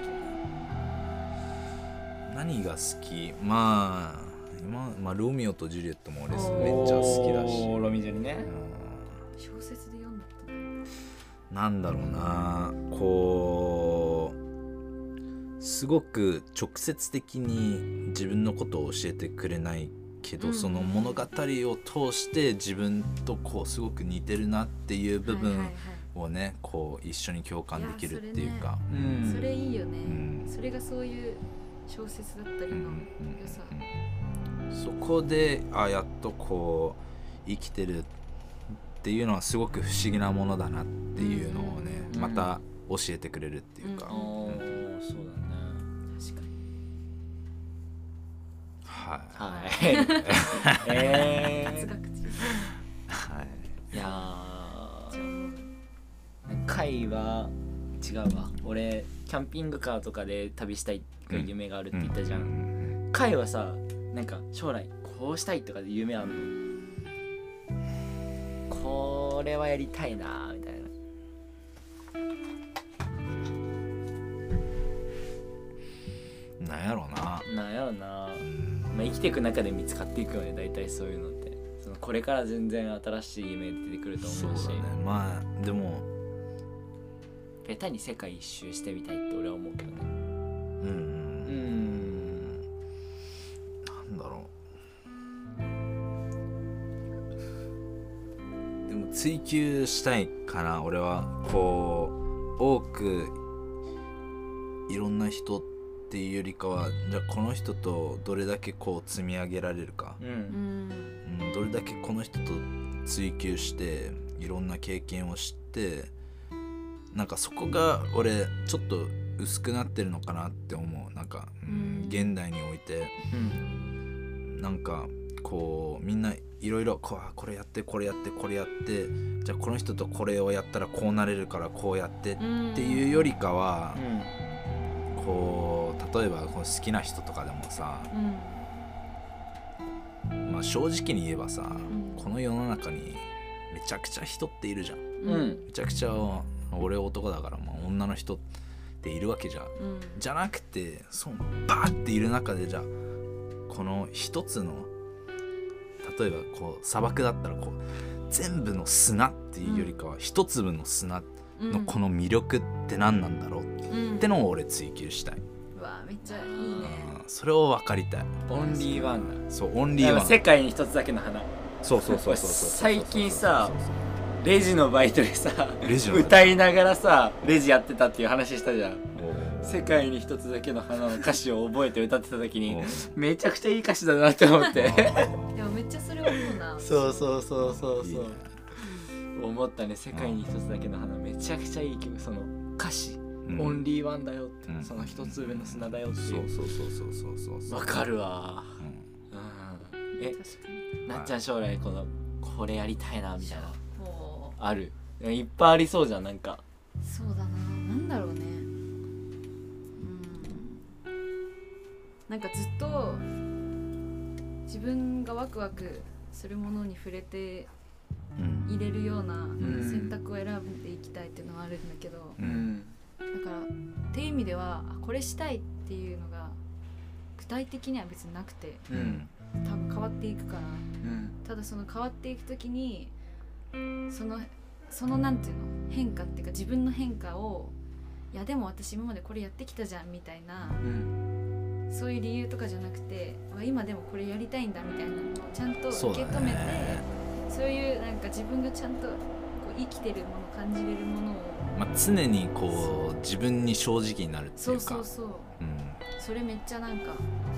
B: 何が好き？まあロミオとジュリエットも俺めっちゃ好きだし。
A: ロミジュリね。
C: 小説で読んだって
B: なんだろうな、こうすごく直接的に自分のことを教えてくれないけど、その物語を通して自分とこうすごく似てるなっていう部分をね、こう一緒に共感できるっていうか、
C: それいいよね。それがそういう小説だったりの良さ。
B: そこでやっとこう生きてるっていうのはすごく不思議なものだなっていうのをね、また教えてくれるっていうか。
A: そうだね。
C: 確かに。
B: はい
C: 哲学的。
A: いや会は違うわ。俺キャンピングカーとかで旅したいが夢があるって言ったじゃん。会はさ、なんか将来こうしたいとかで夢あるの？これはやりたいなみたい
B: な。なんやろ
A: な、まあ、生きていく中で見つかっていくよね、大体そういうのって。そのこれから全然新しい夢出てくると思うし。
B: そうだね。まあでも
A: 下手に世界一周してみたいって俺は思うけどね。
B: なんだろう。でも追求したいかな。俺はこう多くいろんな人っていうよりかは、じゃあこの人とどれだけこう積み上げられるか、どれだけこの人と追求していろんな経験をして、なんかそこが俺ちょっと薄くなってるのかなって思う。なんか、現代において、なんかこうみんないろいろこれやってこれやってこれやって、じゃあこの人とこれをやったらこうなれるからこうやってっていうよりかは、こう例えばこう好きな人とかでもさ、まあ正直に言えばさ、この世の中にめちゃくちゃ人っているじゃん。めちゃくちゃ俺男だから、まあ、女の人っているわけじゃん、じゃなくてそのバーっている中で、じゃあこの一つの例えばこう砂漠だったらこう全部の砂っていうよりかは、一粒の砂のこの魅力って何なんだろうってのを俺追求したい。
C: わあめっちゃいいね。
B: それを分かりたい。
A: オンリーワンだ。
B: そう、オンリーワン。
A: 世界に一つだけの花。
B: そう
A: 最近さ、レジのバイトでさ、歌いながらさレジやってたっていう話したじゃん。世界に一つだけの花の歌詞を覚えて歌ってた時にめちゃくちゃいい歌詞だなって思って。
C: でもめっちゃそれ思うな。
A: そう思ったね。世界に一つだけの花めちゃくちゃいい曲。その歌詞、オンリーワンだよって、その一つ上の砂だよっていう。そうわかるわ。なっちゃん将来これやりたいなみたいなある？いっぱいありそうじゃん。なんか
C: そうだな、なんだろうね。なんかずっと自分がワクワクするものに触れて入れるような選択を選んでいきたいっていうのはあるんだけど、だからっていう意味ではこれしたいっていうのが具体的には別になくて、多分変わっていくから、ただその変わっていくときにそのなんていうの変化っていうか、自分の変化をいやでも私今までこれやってきたじゃんみたいな、そういう理由とかじゃなくて、今でもこれやりたいんだみたいなのをちゃんと受け止めて、そういうなんか自分がちゃんと生きてるもの感じれるものを、
B: まあ、常にこう自分に正直になるっていうか
C: そう、それめっちゃなんか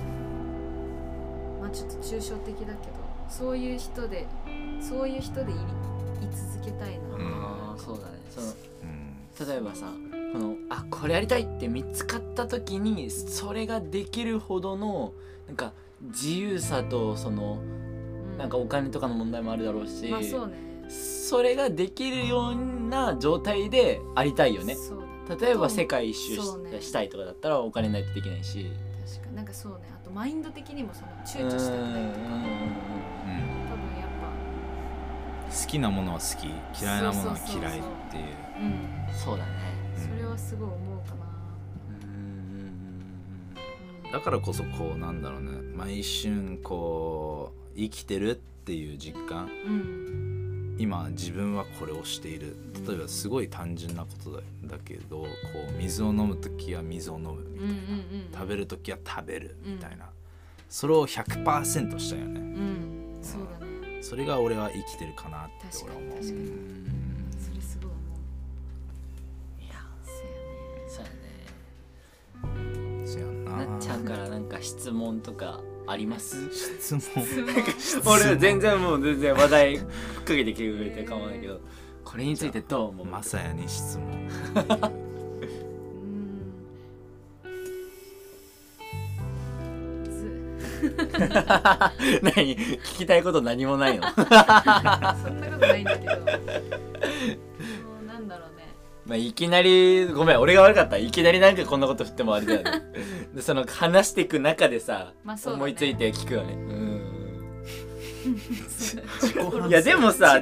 C: まあちょっと抽象的だけどそういう人でい続けたいな。
A: そうだね。例えばさこれやりたいって見つかった時にそれができるほどのなんか自由さとなんかお金とかの問題もあるだろうし、
C: まあそうね、
A: それができるような状態でありたいよね。例えば世界一周したいとかだったらお金ないとできないし、
C: 確かなんかそうね、あとマインド的にも躊躇したくないとか、多分やっ
B: ぱ好きなものは好き、嫌いなものは嫌いっていう、
A: そうだね。
C: それはすごい思うかな。
B: だからこそこうなんだろうね、毎瞬こう生きてるっていう実感、今自分はこれをしている。例えばすごい単純なことだけど、こう水を飲むときは水を飲むみたいな、食べるときは食べるみたいな、それを 100% したよね。
C: そうだね。
B: それが俺は生きてるかなって俺は思う。
C: 確かにそれすごい思う。いや、
A: そうやね。なっちゃんからなんか質問とかあります？
B: 質問
A: 俺全然話題かけてきてくれて構わないけど、これについてどう思う？
B: まさやに質問
A: 何？聞きたいこと何もないの？
C: そんなことないんだけど、なんだろうね。
A: まあ、いきなりごめん、俺が悪かった。いきなりなんかこんなこと振ってもあれだよね。で話していく中でさ、思いついて聞くよね。いやでもさ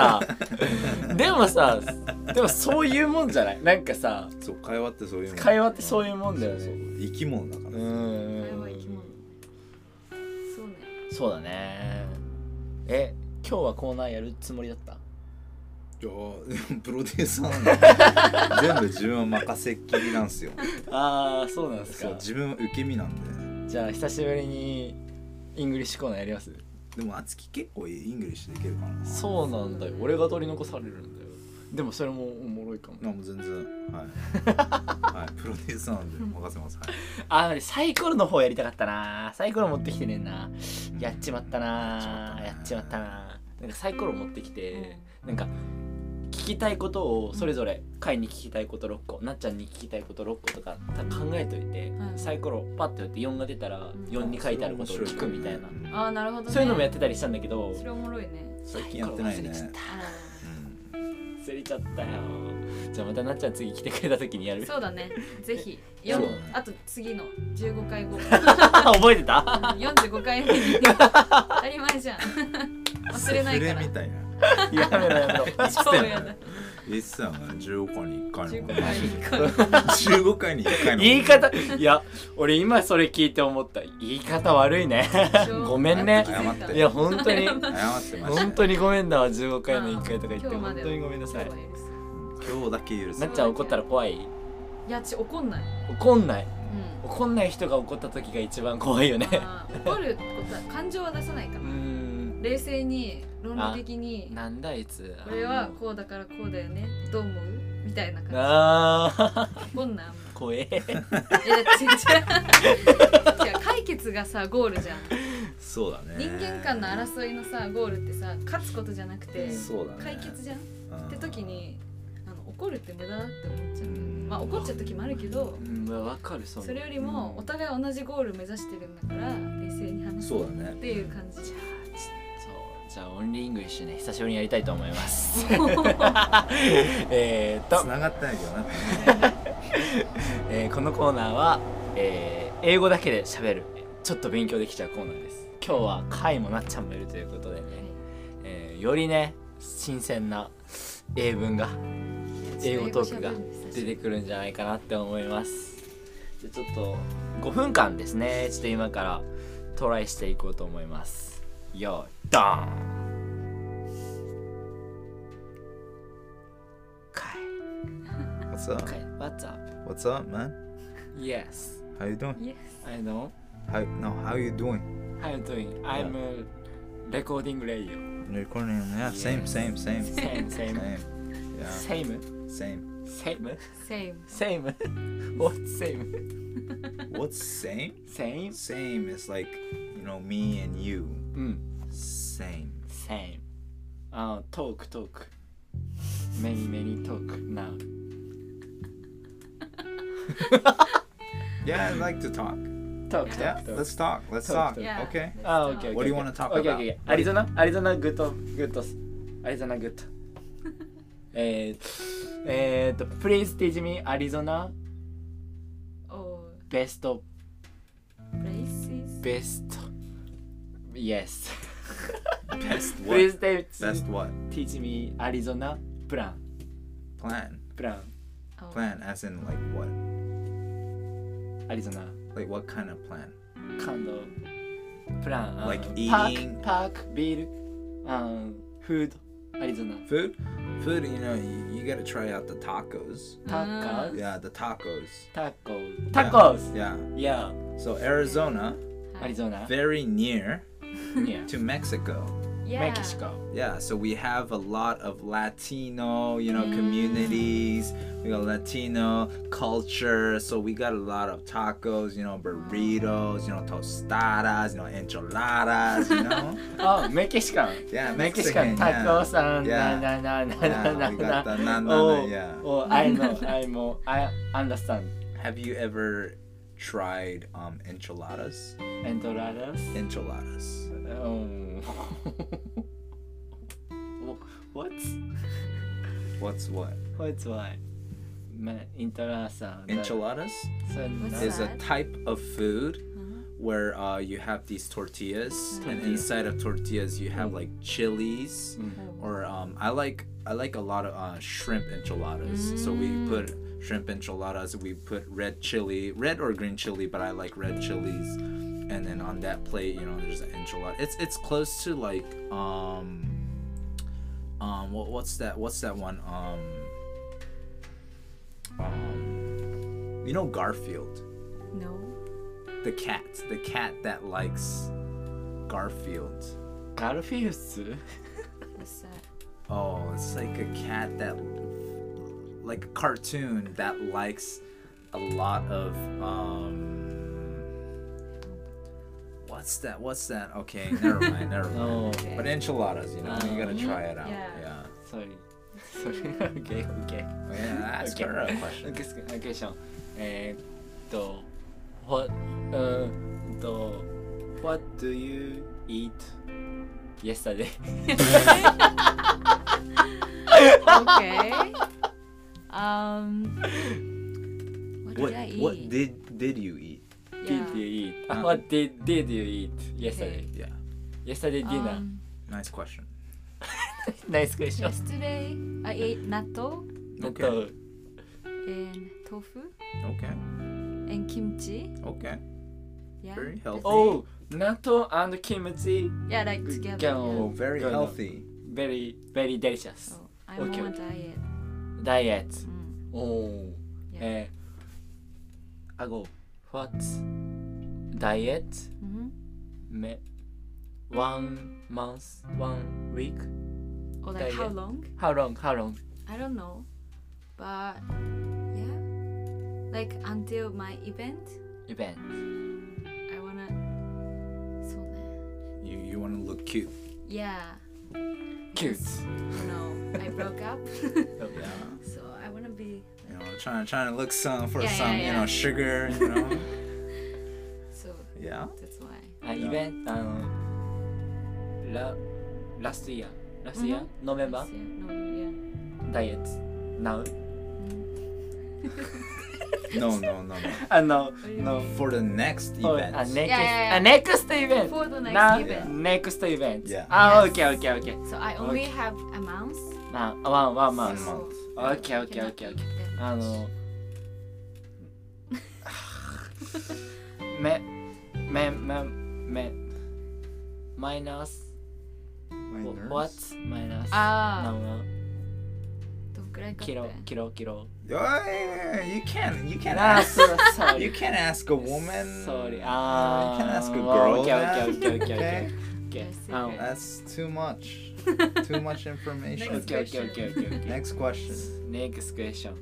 A: そういうもんじゃない？なんかさ、
B: そう会話ってそういうもん。
A: 会話ってそういうもんだよね。
B: 生き物だから。
C: 会話は生き物。そうね。
A: そうだね。今日はコーナーやるつもりだった？
B: いやプロデューサーなんで全部自分は任せっきりなんすよ。
A: ああ、そうなんですか。
B: 自分は受け身なんで。
A: じゃあ久しぶりにイングリッシュコーナーやります？
B: でもあつき結構イングリッシュできるかな。
A: そうなんだよ。俺が取り残されるんだよ。でもそれもおもろいかも。
B: もう全然はいはい、プロデューサーなんで任せます。
A: はい。サイコロの方やりたかったな。サイコロ持ってきてねえな。やっちまったな。なんかサイコロ持ってきて、なんか聞きたいことをそれぞれ回に聞きたいこと6個、なっちゃんに聞きたいこと6個とか考えといて、サイコロパッとやって4が出たら4に書いてあることを聞くみたいな。
C: ああ、なるほどね。
A: そういうのもやってたりしたんだけど、
C: それおもろいね。
B: 最近やってないね。
A: 忘れちゃったよ。じゃあまたなっちゃん次来てくれた時にやる？
C: そうだね。ぜひ。あと次の15回後。
A: 覚えてた
C: ？45回目に当たり前じゃん。忘れないから。
B: みたいな。
A: やめろ。
C: 超やだ。
B: 言ってたよね。15回に1回の。
C: 15回に1回の。
A: 言い方、いや俺今それ聞いて思った。言い方悪いね。ごめんね。
B: 謝って。
A: いや本当に
B: 謝ってました。
A: 本当にごめんだわ。15回の1回とか言って本当にごめんなさい。
B: 今日だけ許す。
A: なっちゃん怒ったら怖い？
C: いや、怒んない。
A: 怒んない人が怒った時が一番怖いよね。
C: 怒ることは感情は出さないから。冷静に論理的に、
A: なんだあいつ、
C: これはこうだからこうだよね、どう思うみたいな感じ。怒んない。
A: 怖え。
C: 違う解決がさゴールじゃん。
B: そうだね。
C: 人間間の争いのさゴールってさ勝つことじゃなくて、
B: そうだね、
C: 解決じゃんって時に怒るって無駄だって思っちゃう。まあ怒っちゃう時もあるけど、
A: わかる。そ
C: れよりもお互い同じゴール目指してるんだから冷静に話そうっていう感じ。
A: じゃあオンリーイングリッシュね、久しぶりにやりたいと思います。つ
B: ながってないけどな。
A: このコーナーは、英語だけで喋る、ちょっと勉強できちゃうコーナーです。今日はカイもなっちゃんもいるということでね、よりね新鮮な英文が、英語トークが出てくるんじゃないかなって思います。でちょっと5分間ですね、ちょっと今からトライしていこうと思います。よードーン。カイ
B: What's up?
A: What's up?
B: What's up, man?
A: Yes.
B: How you doing?
C: Yes.
A: I know.
B: How you doing?
A: How you doing? I'm recording radio.
B: Recording, yeah. Same.
A: Same.
B: Yeah.
A: Same?
B: Same.
A: Same?
C: Same.
A: Same? What's same?
B: What's same?
A: Same?
B: Same is like, me and you.
A: うん。
B: Same.
A: Same. Talk. Many talk now.
B: Yeah, I like to talk.
A: Talk.
B: Yeah, let's talk. Let's
A: Talk.
B: talk.
C: Yeah.
B: Okay.
C: Let's
A: Okay.
C: talk.
B: What do you want to talk
A: Okay,
B: about?
A: okay. Arizona good. Arizona good. Please teach me Arizona
C: Oh,
A: best.
C: places.
A: Yes.
B: Best what?
A: Please
B: Best what?
A: teach me Arizona plan.
B: Plan.
C: Oh.
B: Plan as in like what?
A: Arizona
B: Like what kind of plan?
A: kind of plan.
B: Like eating?
A: Park, beer, food. Arizona.
B: Food? Food, you gotta try out the tacos.
A: Tacos.
B: Yeah, the tacos.
A: Tacos.
B: Yeah.
A: Yeah.
B: So Arizona,
A: Arizona.
B: very near
A: Yeah.
B: to Mexico.
C: Yeah.
A: Mexico.
B: Yeah, so we have a lot of Latino, communities. We got Latino culture. So we got a lot of tacos, burritos, tostadas, enchiladas,
A: Oh, Mexican.
B: Yeah,
A: Mexican
B: Mexican,
A: tacos and
B: Yeah.
A: na.
B: Yeah, we got the
A: Oh,
B: yeah.
A: oh, I know. I understand.
B: Have you ever tried enchiladas?
A: Enchiladas.
B: Enchiladas.
A: Oh. What?
B: What's what?
A: What's what? Enchiladas.
B: Enchiladas
C: What's
B: is a
C: that?
B: type of food where you have these tortillas, and inside of tortillas you have like chilies, or I like a lot of shrimp enchiladas. So we put shrimp enchiladas. We put red or green chili, but I like red chilies. And then on that plate, there's an enchilada. It's close to like what's that one Garfield,
C: No.
B: the cat that likes Garfield.
A: Garfield.
C: What's that?
B: Oh, it's like a cat that, like a cartoon that likes a lot of what's that? Okay, never mind.
A: Oh.
C: Okay.
B: But enchiladas, you gotta try it out.
C: Yeah.
B: Yeah.
A: Sorry. Okay.
B: Oh, yeah, ask
A: Okay.
B: her a question.
A: Question. What do you eat yesterday?
C: Okay. What did I eat?
B: What did you eat?
A: Did you eat? What did you eat yesterday?
B: Yeah.
A: Yesterday dinner.
B: Nice question.
A: Nice question.
C: Yesterday I ate natto
B: Okay.
C: and tofu
B: Okay.
C: and kimchi.
B: Okay.
C: Yeah.
B: Very healthy.
A: Oh, natto and kimchi.
C: Yeah, like together.
A: Can-
B: Oh,
C: Yeah.
B: very
A: Good.
B: healthy.
A: Very, very delicious.
C: So I'm
A: Okay.
C: on a diet.
A: Diet.
C: Mm.
A: Oh.
C: Yeah.
A: What diet?
C: Mm-hmm.
A: 1 month, 1 week?
C: Or like how
A: Diet.
C: long?
A: How long?
C: I don't know. But yeah. Like until my event,
A: Event.
C: I wanna so that
B: You want to look cute.
C: yeah.
A: Cute.
C: I broke up.
B: Yeah.
C: So I wanna be
B: Trying to look for
C: Yeah,
B: some,
C: yeah, yeah.
B: sugar,
C: so
B: Yeah.
C: that's why.
A: Event last year, November,
C: Last year, no, yeah.
A: diet. Now?
B: No.
A: No.
B: For the next
A: Oh,
B: event.
C: Yeah.
A: next event.
C: For the next
A: Now,
C: event.
A: next event.
B: Yeah.
A: Okay.
C: So I only have a month.
A: Now, 1 month.
B: 1 month.
A: Okay.
C: I cannot eat that
A: Ah,
C: much.
A: minus
B: Minors?
A: what minus
C: あー
A: 何
C: どんくらいかって
A: キロ
B: Yeah, you can't
A: Ah,
B: ask
A: sorry
B: you can't ask a woman.
A: sorry
B: You can't ask a girl.
A: okay
B: that.
A: okay Okay.
B: That's too much. Too much information.
A: Okay.
B: Next question.
A: Next question.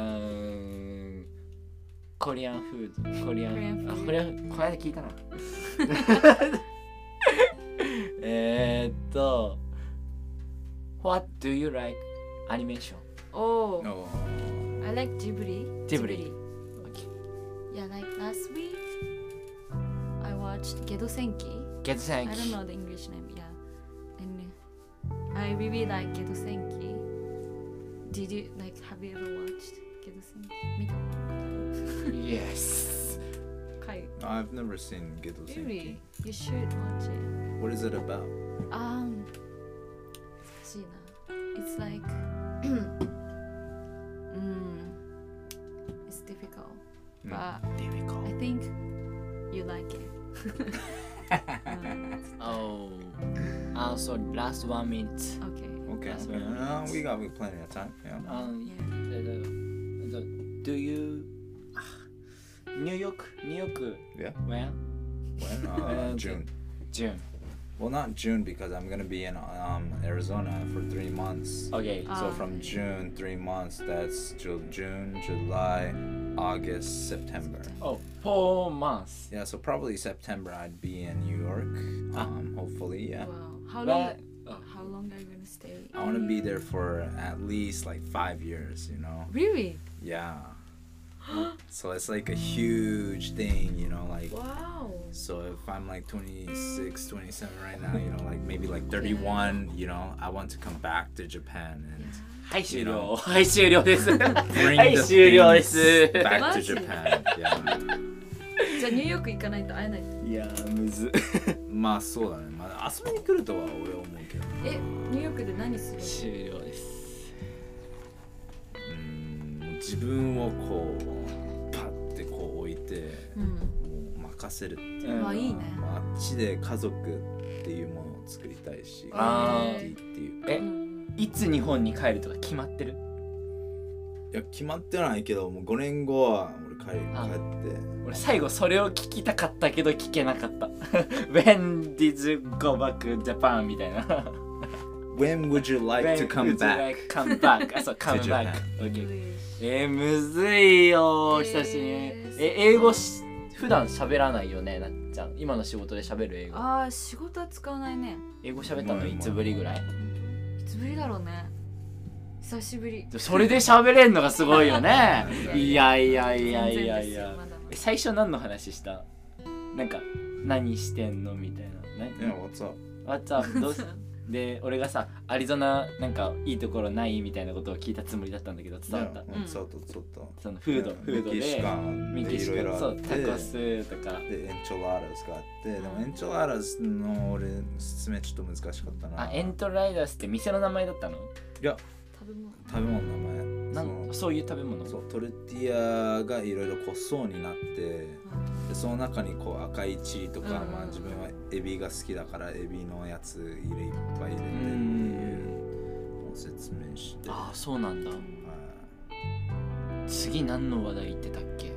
A: Korean food. Korean food. これこの間聞いたな。What do you like animation?
C: Oh,
B: Oh.
C: I like Ghibli.
A: Ghibli.
C: Yeah, like last week, I watched Gedo Senki.
A: Get
C: I don't
A: Senki.
C: know the English name. Yeah, and I really like Gedo Senki. Did you like? Have you ever watched Gedo Senki? 見たことある
A: Yes.
C: かい
B: No, I've never seen Gedo Senki.
C: Really? You should watch it.
B: What is it about?
C: 難しいな It's like it's difficult, but
A: Difficult.
C: I think you like it.
A: Oh. So last 1 minute.
C: Okay.
B: Okay.
A: That's
B: Okay.
A: what
B: We got plenty of time. Yeah.
A: Do you New York?
B: Yeah.
A: When?
B: When? June.
A: June.
B: Well, not June because I'm gonna be in Arizona for 3 months.
A: Okay.
B: So from June, 3 months. That's June, July, August, September.
A: Oh, 4 months.
B: Yeah. So probably September I'd be in New York. Hopefully, yeah.
C: Wow. How long are you gonna stay?
B: I want to be there for at least like 5 years. You know.
C: Really?
B: Yeah. So it's like a huge thing, you know, like.
C: Wow.
B: So if I'm like 26, 27 right now, you know, like maybe like 31, you know, I want to come back to Japan and
A: はい、終了。はい、終了です。
B: bring
A: はい、
B: the
A: 終了で
B: things
A: す。
B: back to
C: マジ
B: Japan. Yeah.
C: じゃあニューヨーク行かないと会えない。
A: いやー、むず。
B: まあそうだね。まあ遊びに来るとは俺は思うけど。
C: ニューヨークで何するの？
A: 終了です。
B: 自分をこうパッてこう置いて、もう任せるっていう
C: あ、いいね。
B: まああっちで家族っていうものを作りたいし、
A: あー
B: コミュニティっていうか。
A: いつ日本に帰るとか決まってる？
B: いや決まってないけどもう5年後は俺帰って
A: 俺最後それを聞きたかったけど聞けなかった。When did you go back Japan みたいな。
B: When would you like to come back?
A: Come back. あ、そう、come
B: Japan.
A: back. Okay. むずいよ久しぶりに。英語普段喋らないよねなっちゃん。今の仕事で喋る英語。
C: ああ、仕事は使わないね。
A: 英語喋ったのいつぶりぐらい？
C: いつぶりだろうね。久しぶり。
A: それで喋れんのがすごいよね。いや。
C: 全然ですよまだまだ
A: 最初何の話した？なんか何してんのみたいな。
B: Yeah, what's up?
A: What's up? どうで俺がさアリゾナなんかいいところないみたいなことを聞いたつもりだったんだけど伝わった。
B: Yeah, what's up? What's up?
A: そのフードでメキシカそうタコスとか
B: でエンチョラーダスがあってでもエンチョラーダスの俺説明ちょっと難しかったな。
A: あエントライダースって店の名前だったの？
B: いや
C: 食べ物。
B: 食べ物の名前
A: そういう食べ物？
B: そうトルティーヤがいろいろこう層になってでその中にこう赤いチリとか、まあ、自分はエビが好きだからエビのやついっぱい入れてっていうのを説明して。
A: ああそうなんだ。
B: はい
A: 次何の話題言ってたっけ？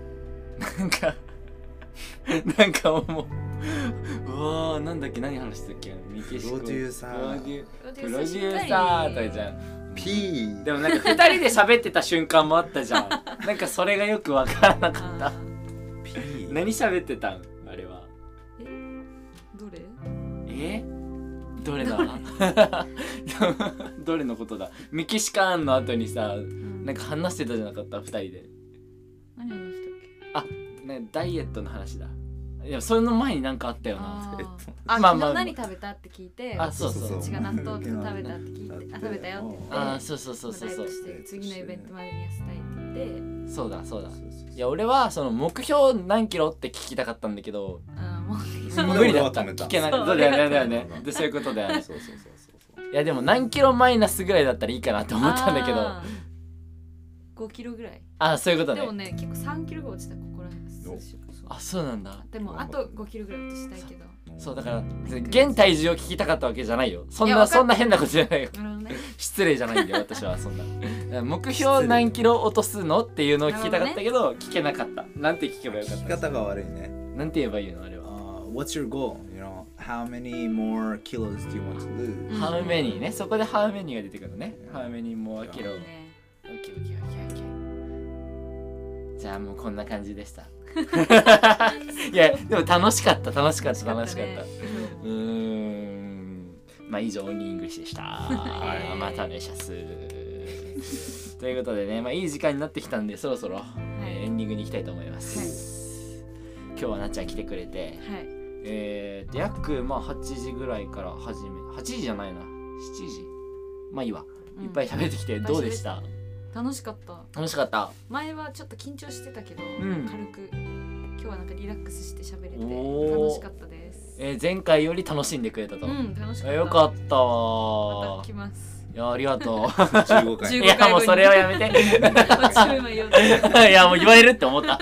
A: なんか思う。うわーなんだっけ何話してたっけ？メキシコ
B: プロデューサー
A: プロデューサーとかじゃん。
B: P
A: でもなんか2人で喋ってた瞬間もあったじゃん。なんかそれがよくわからなかった。
B: P
A: 何喋ってたんあれは。
C: どれ？
A: どれだどれのことだ。メキシカンの後にさなんか話してたじゃなかった2人で。
C: 何話したっけ？
A: なんかダイエットの話だ。いやそれの前になんかあったよな。
C: まあ昨日何食べたって聞いて、
A: あそうそう
C: 私が納豆食べたって聞いて、あ食べたよって言って、
A: あそう
C: ライブして次のイベントまでに痩せたいって言って、
A: そうだいや俺はその目標何キロって聞きたかったんだけど、
C: も
A: う無理だった聞けない。そうだよねでそういうことだよね。
B: そう
A: いやでも何キロマイナスぐらいだったらいいかなって思ったんだけど、
C: 5キロぐらい。
A: あそういうことね。
C: でもね結構3キロが落ちたここら辺。
A: あそうなんだ。
C: でもあと5キロぐらい落としたいけど。
A: そうだから現体重を聞きたかったわけじゃないよ。そんな変なことじゃないよ。失礼じゃないんだよ私はそんな。目標何キロ落とすのっていうのを聞きたかったけど聞けなかった。なんて聞けばよかった。
B: 聞き方が悪いね。
A: なんて言えばいいのあれは。
B: what's your goal? You know, how many more kilos do you want to lose?
A: How many ね、そこで how many が出てくるね。How many more kilo?
C: いいね。
A: オッケーオッケーオッケーオッケー。じゃあもうこんな感じでした。いやでも楽しかった。
C: 楽しかった。
A: まあ以上オンリーイングリッシュでした。またお願いします。ということでね、まあいい時間になってきたんでそろそろ、エンディングに行きたいと思います。今日はなっちゃん来てくれて、約まあ8時ぐらいから始め、8時じゃないな、7時。まあいいわ。いっぱい喋ってきてどうでした？
C: 楽しかった。
A: 楽しかった。
C: 前はちょっと緊張してたけど、
A: ん
C: 軽く今日はなんかリラックスして喋れて
A: お
C: 楽しかったです。
A: 前回より楽しんでくれたと。
C: 楽しかった。
A: よかった
C: ま
A: わ。
C: た来ます。
A: いやありがとう。
B: 15回。
A: いやもうそれはやめて。いやもう言われるって思った。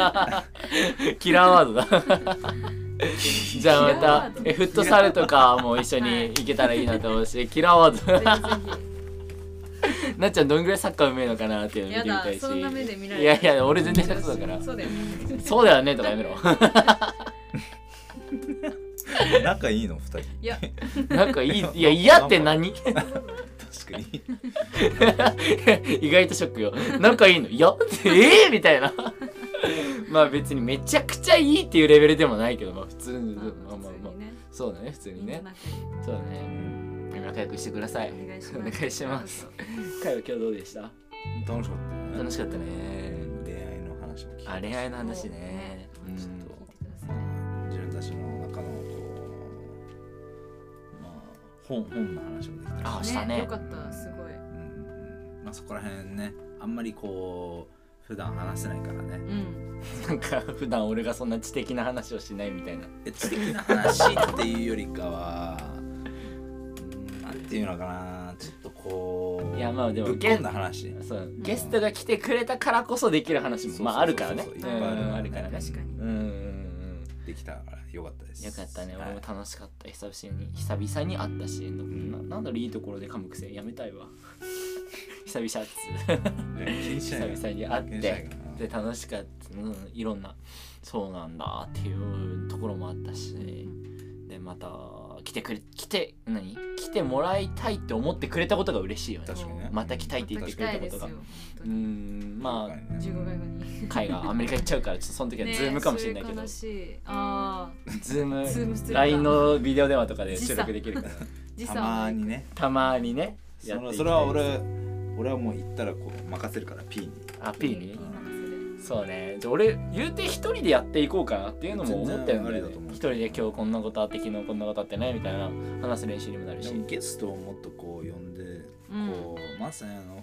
A: キラーワードだ。じゃあまたフットサルとかも一緒に行けたらいいなと思うし、キラーワード。なっちゃんどんぐらいサッカーうめえのかなっていうの見てみたいし。
C: そんな目で見られる。
A: いや俺全然下手そうだから。
C: そうだよね。
A: そうだよねとかやめろ。
B: 仲いいの2人。
C: いや
A: 仲いい。いや嫌って何？
B: 確かに。
A: 意外とショックよ。仲いいの？いやってみたいな。まあ別にめちゃくちゃいいっていうレベルでもないけど、まあ普通にまあそうだね、普通にね。そうだね。仲良くしてください。お願いします。かよ今日どうでした？
B: 楽しかったね。
A: 楽しかったね。
B: 恋愛の話も聞いて。
A: 恋愛の話ね。
B: ちょっと自分たちの中の本の話もできたし。
A: したね。
C: よかった、すごい。
B: まあそこら辺ね、あんまりこう普段話せないからね。
A: なんか普段俺がそんな知的な話をしないみたいな。
B: 知的な話っていうよりかは、なんていうのかな、ちょっとこう、
A: いやまあでも
B: ぶっ込んだ話。
A: そうゲストが来てくれたからこそできる話もまああるからね。
B: あ
A: るからね。
C: 確かに。
B: できたからよかったです。
A: よかったね。俺も楽しかった。久々に会ったし、なんだろいいところで噛む癖やめたいわ。久々っつ久々に会ってで楽しかった。いろんなそうなんだっていうところもあったし、でまた来てもらいたいって思ってくれたことが嬉しいよね。
B: 確かにね。
A: また来たいって言ってくれたことが。まあ
C: 15回後に
A: 海がアメリカ行っちゃうからちょっとその時はズームかもしれないけど、ズーム LINE のビデオ電話とかで収録できるから
B: たまにね
A: やっていきたい。
B: それは俺はもう行ったらこう任せるから P に。
A: P に。そうね。じゃあ俺言うて一人でやっていこうかなっていうのも思ったよね。一人で今日こんなことあって昨日こんなことあってねみたいな話す練習にもなるし。
B: ゲストをもっとこう呼んで、こうまさやのこ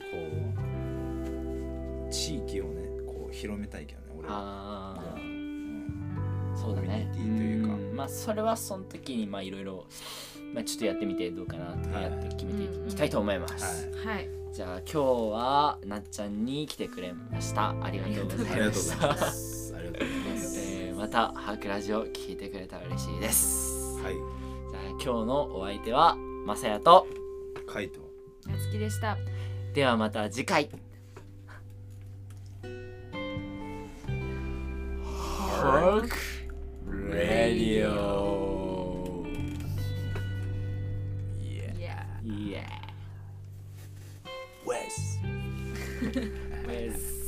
B: う地域をねこう広めたいけどね俺は。
A: そうだね。
B: というか、
A: まあそれはその時にまあいろいろちょっとやってみてどうかなってやって決めていきたいと思います。
C: はい。
A: じゃあ今日はなっちゃんに来てくれました。ありがとうございました。またハークラジオ聞いてくれたら嬉しいです。
B: はい。
A: じゃあ今日のお相手はまさやと
B: カイト、
C: なつきでした。
A: ではまた次回。ハークラディオ。
B: Wes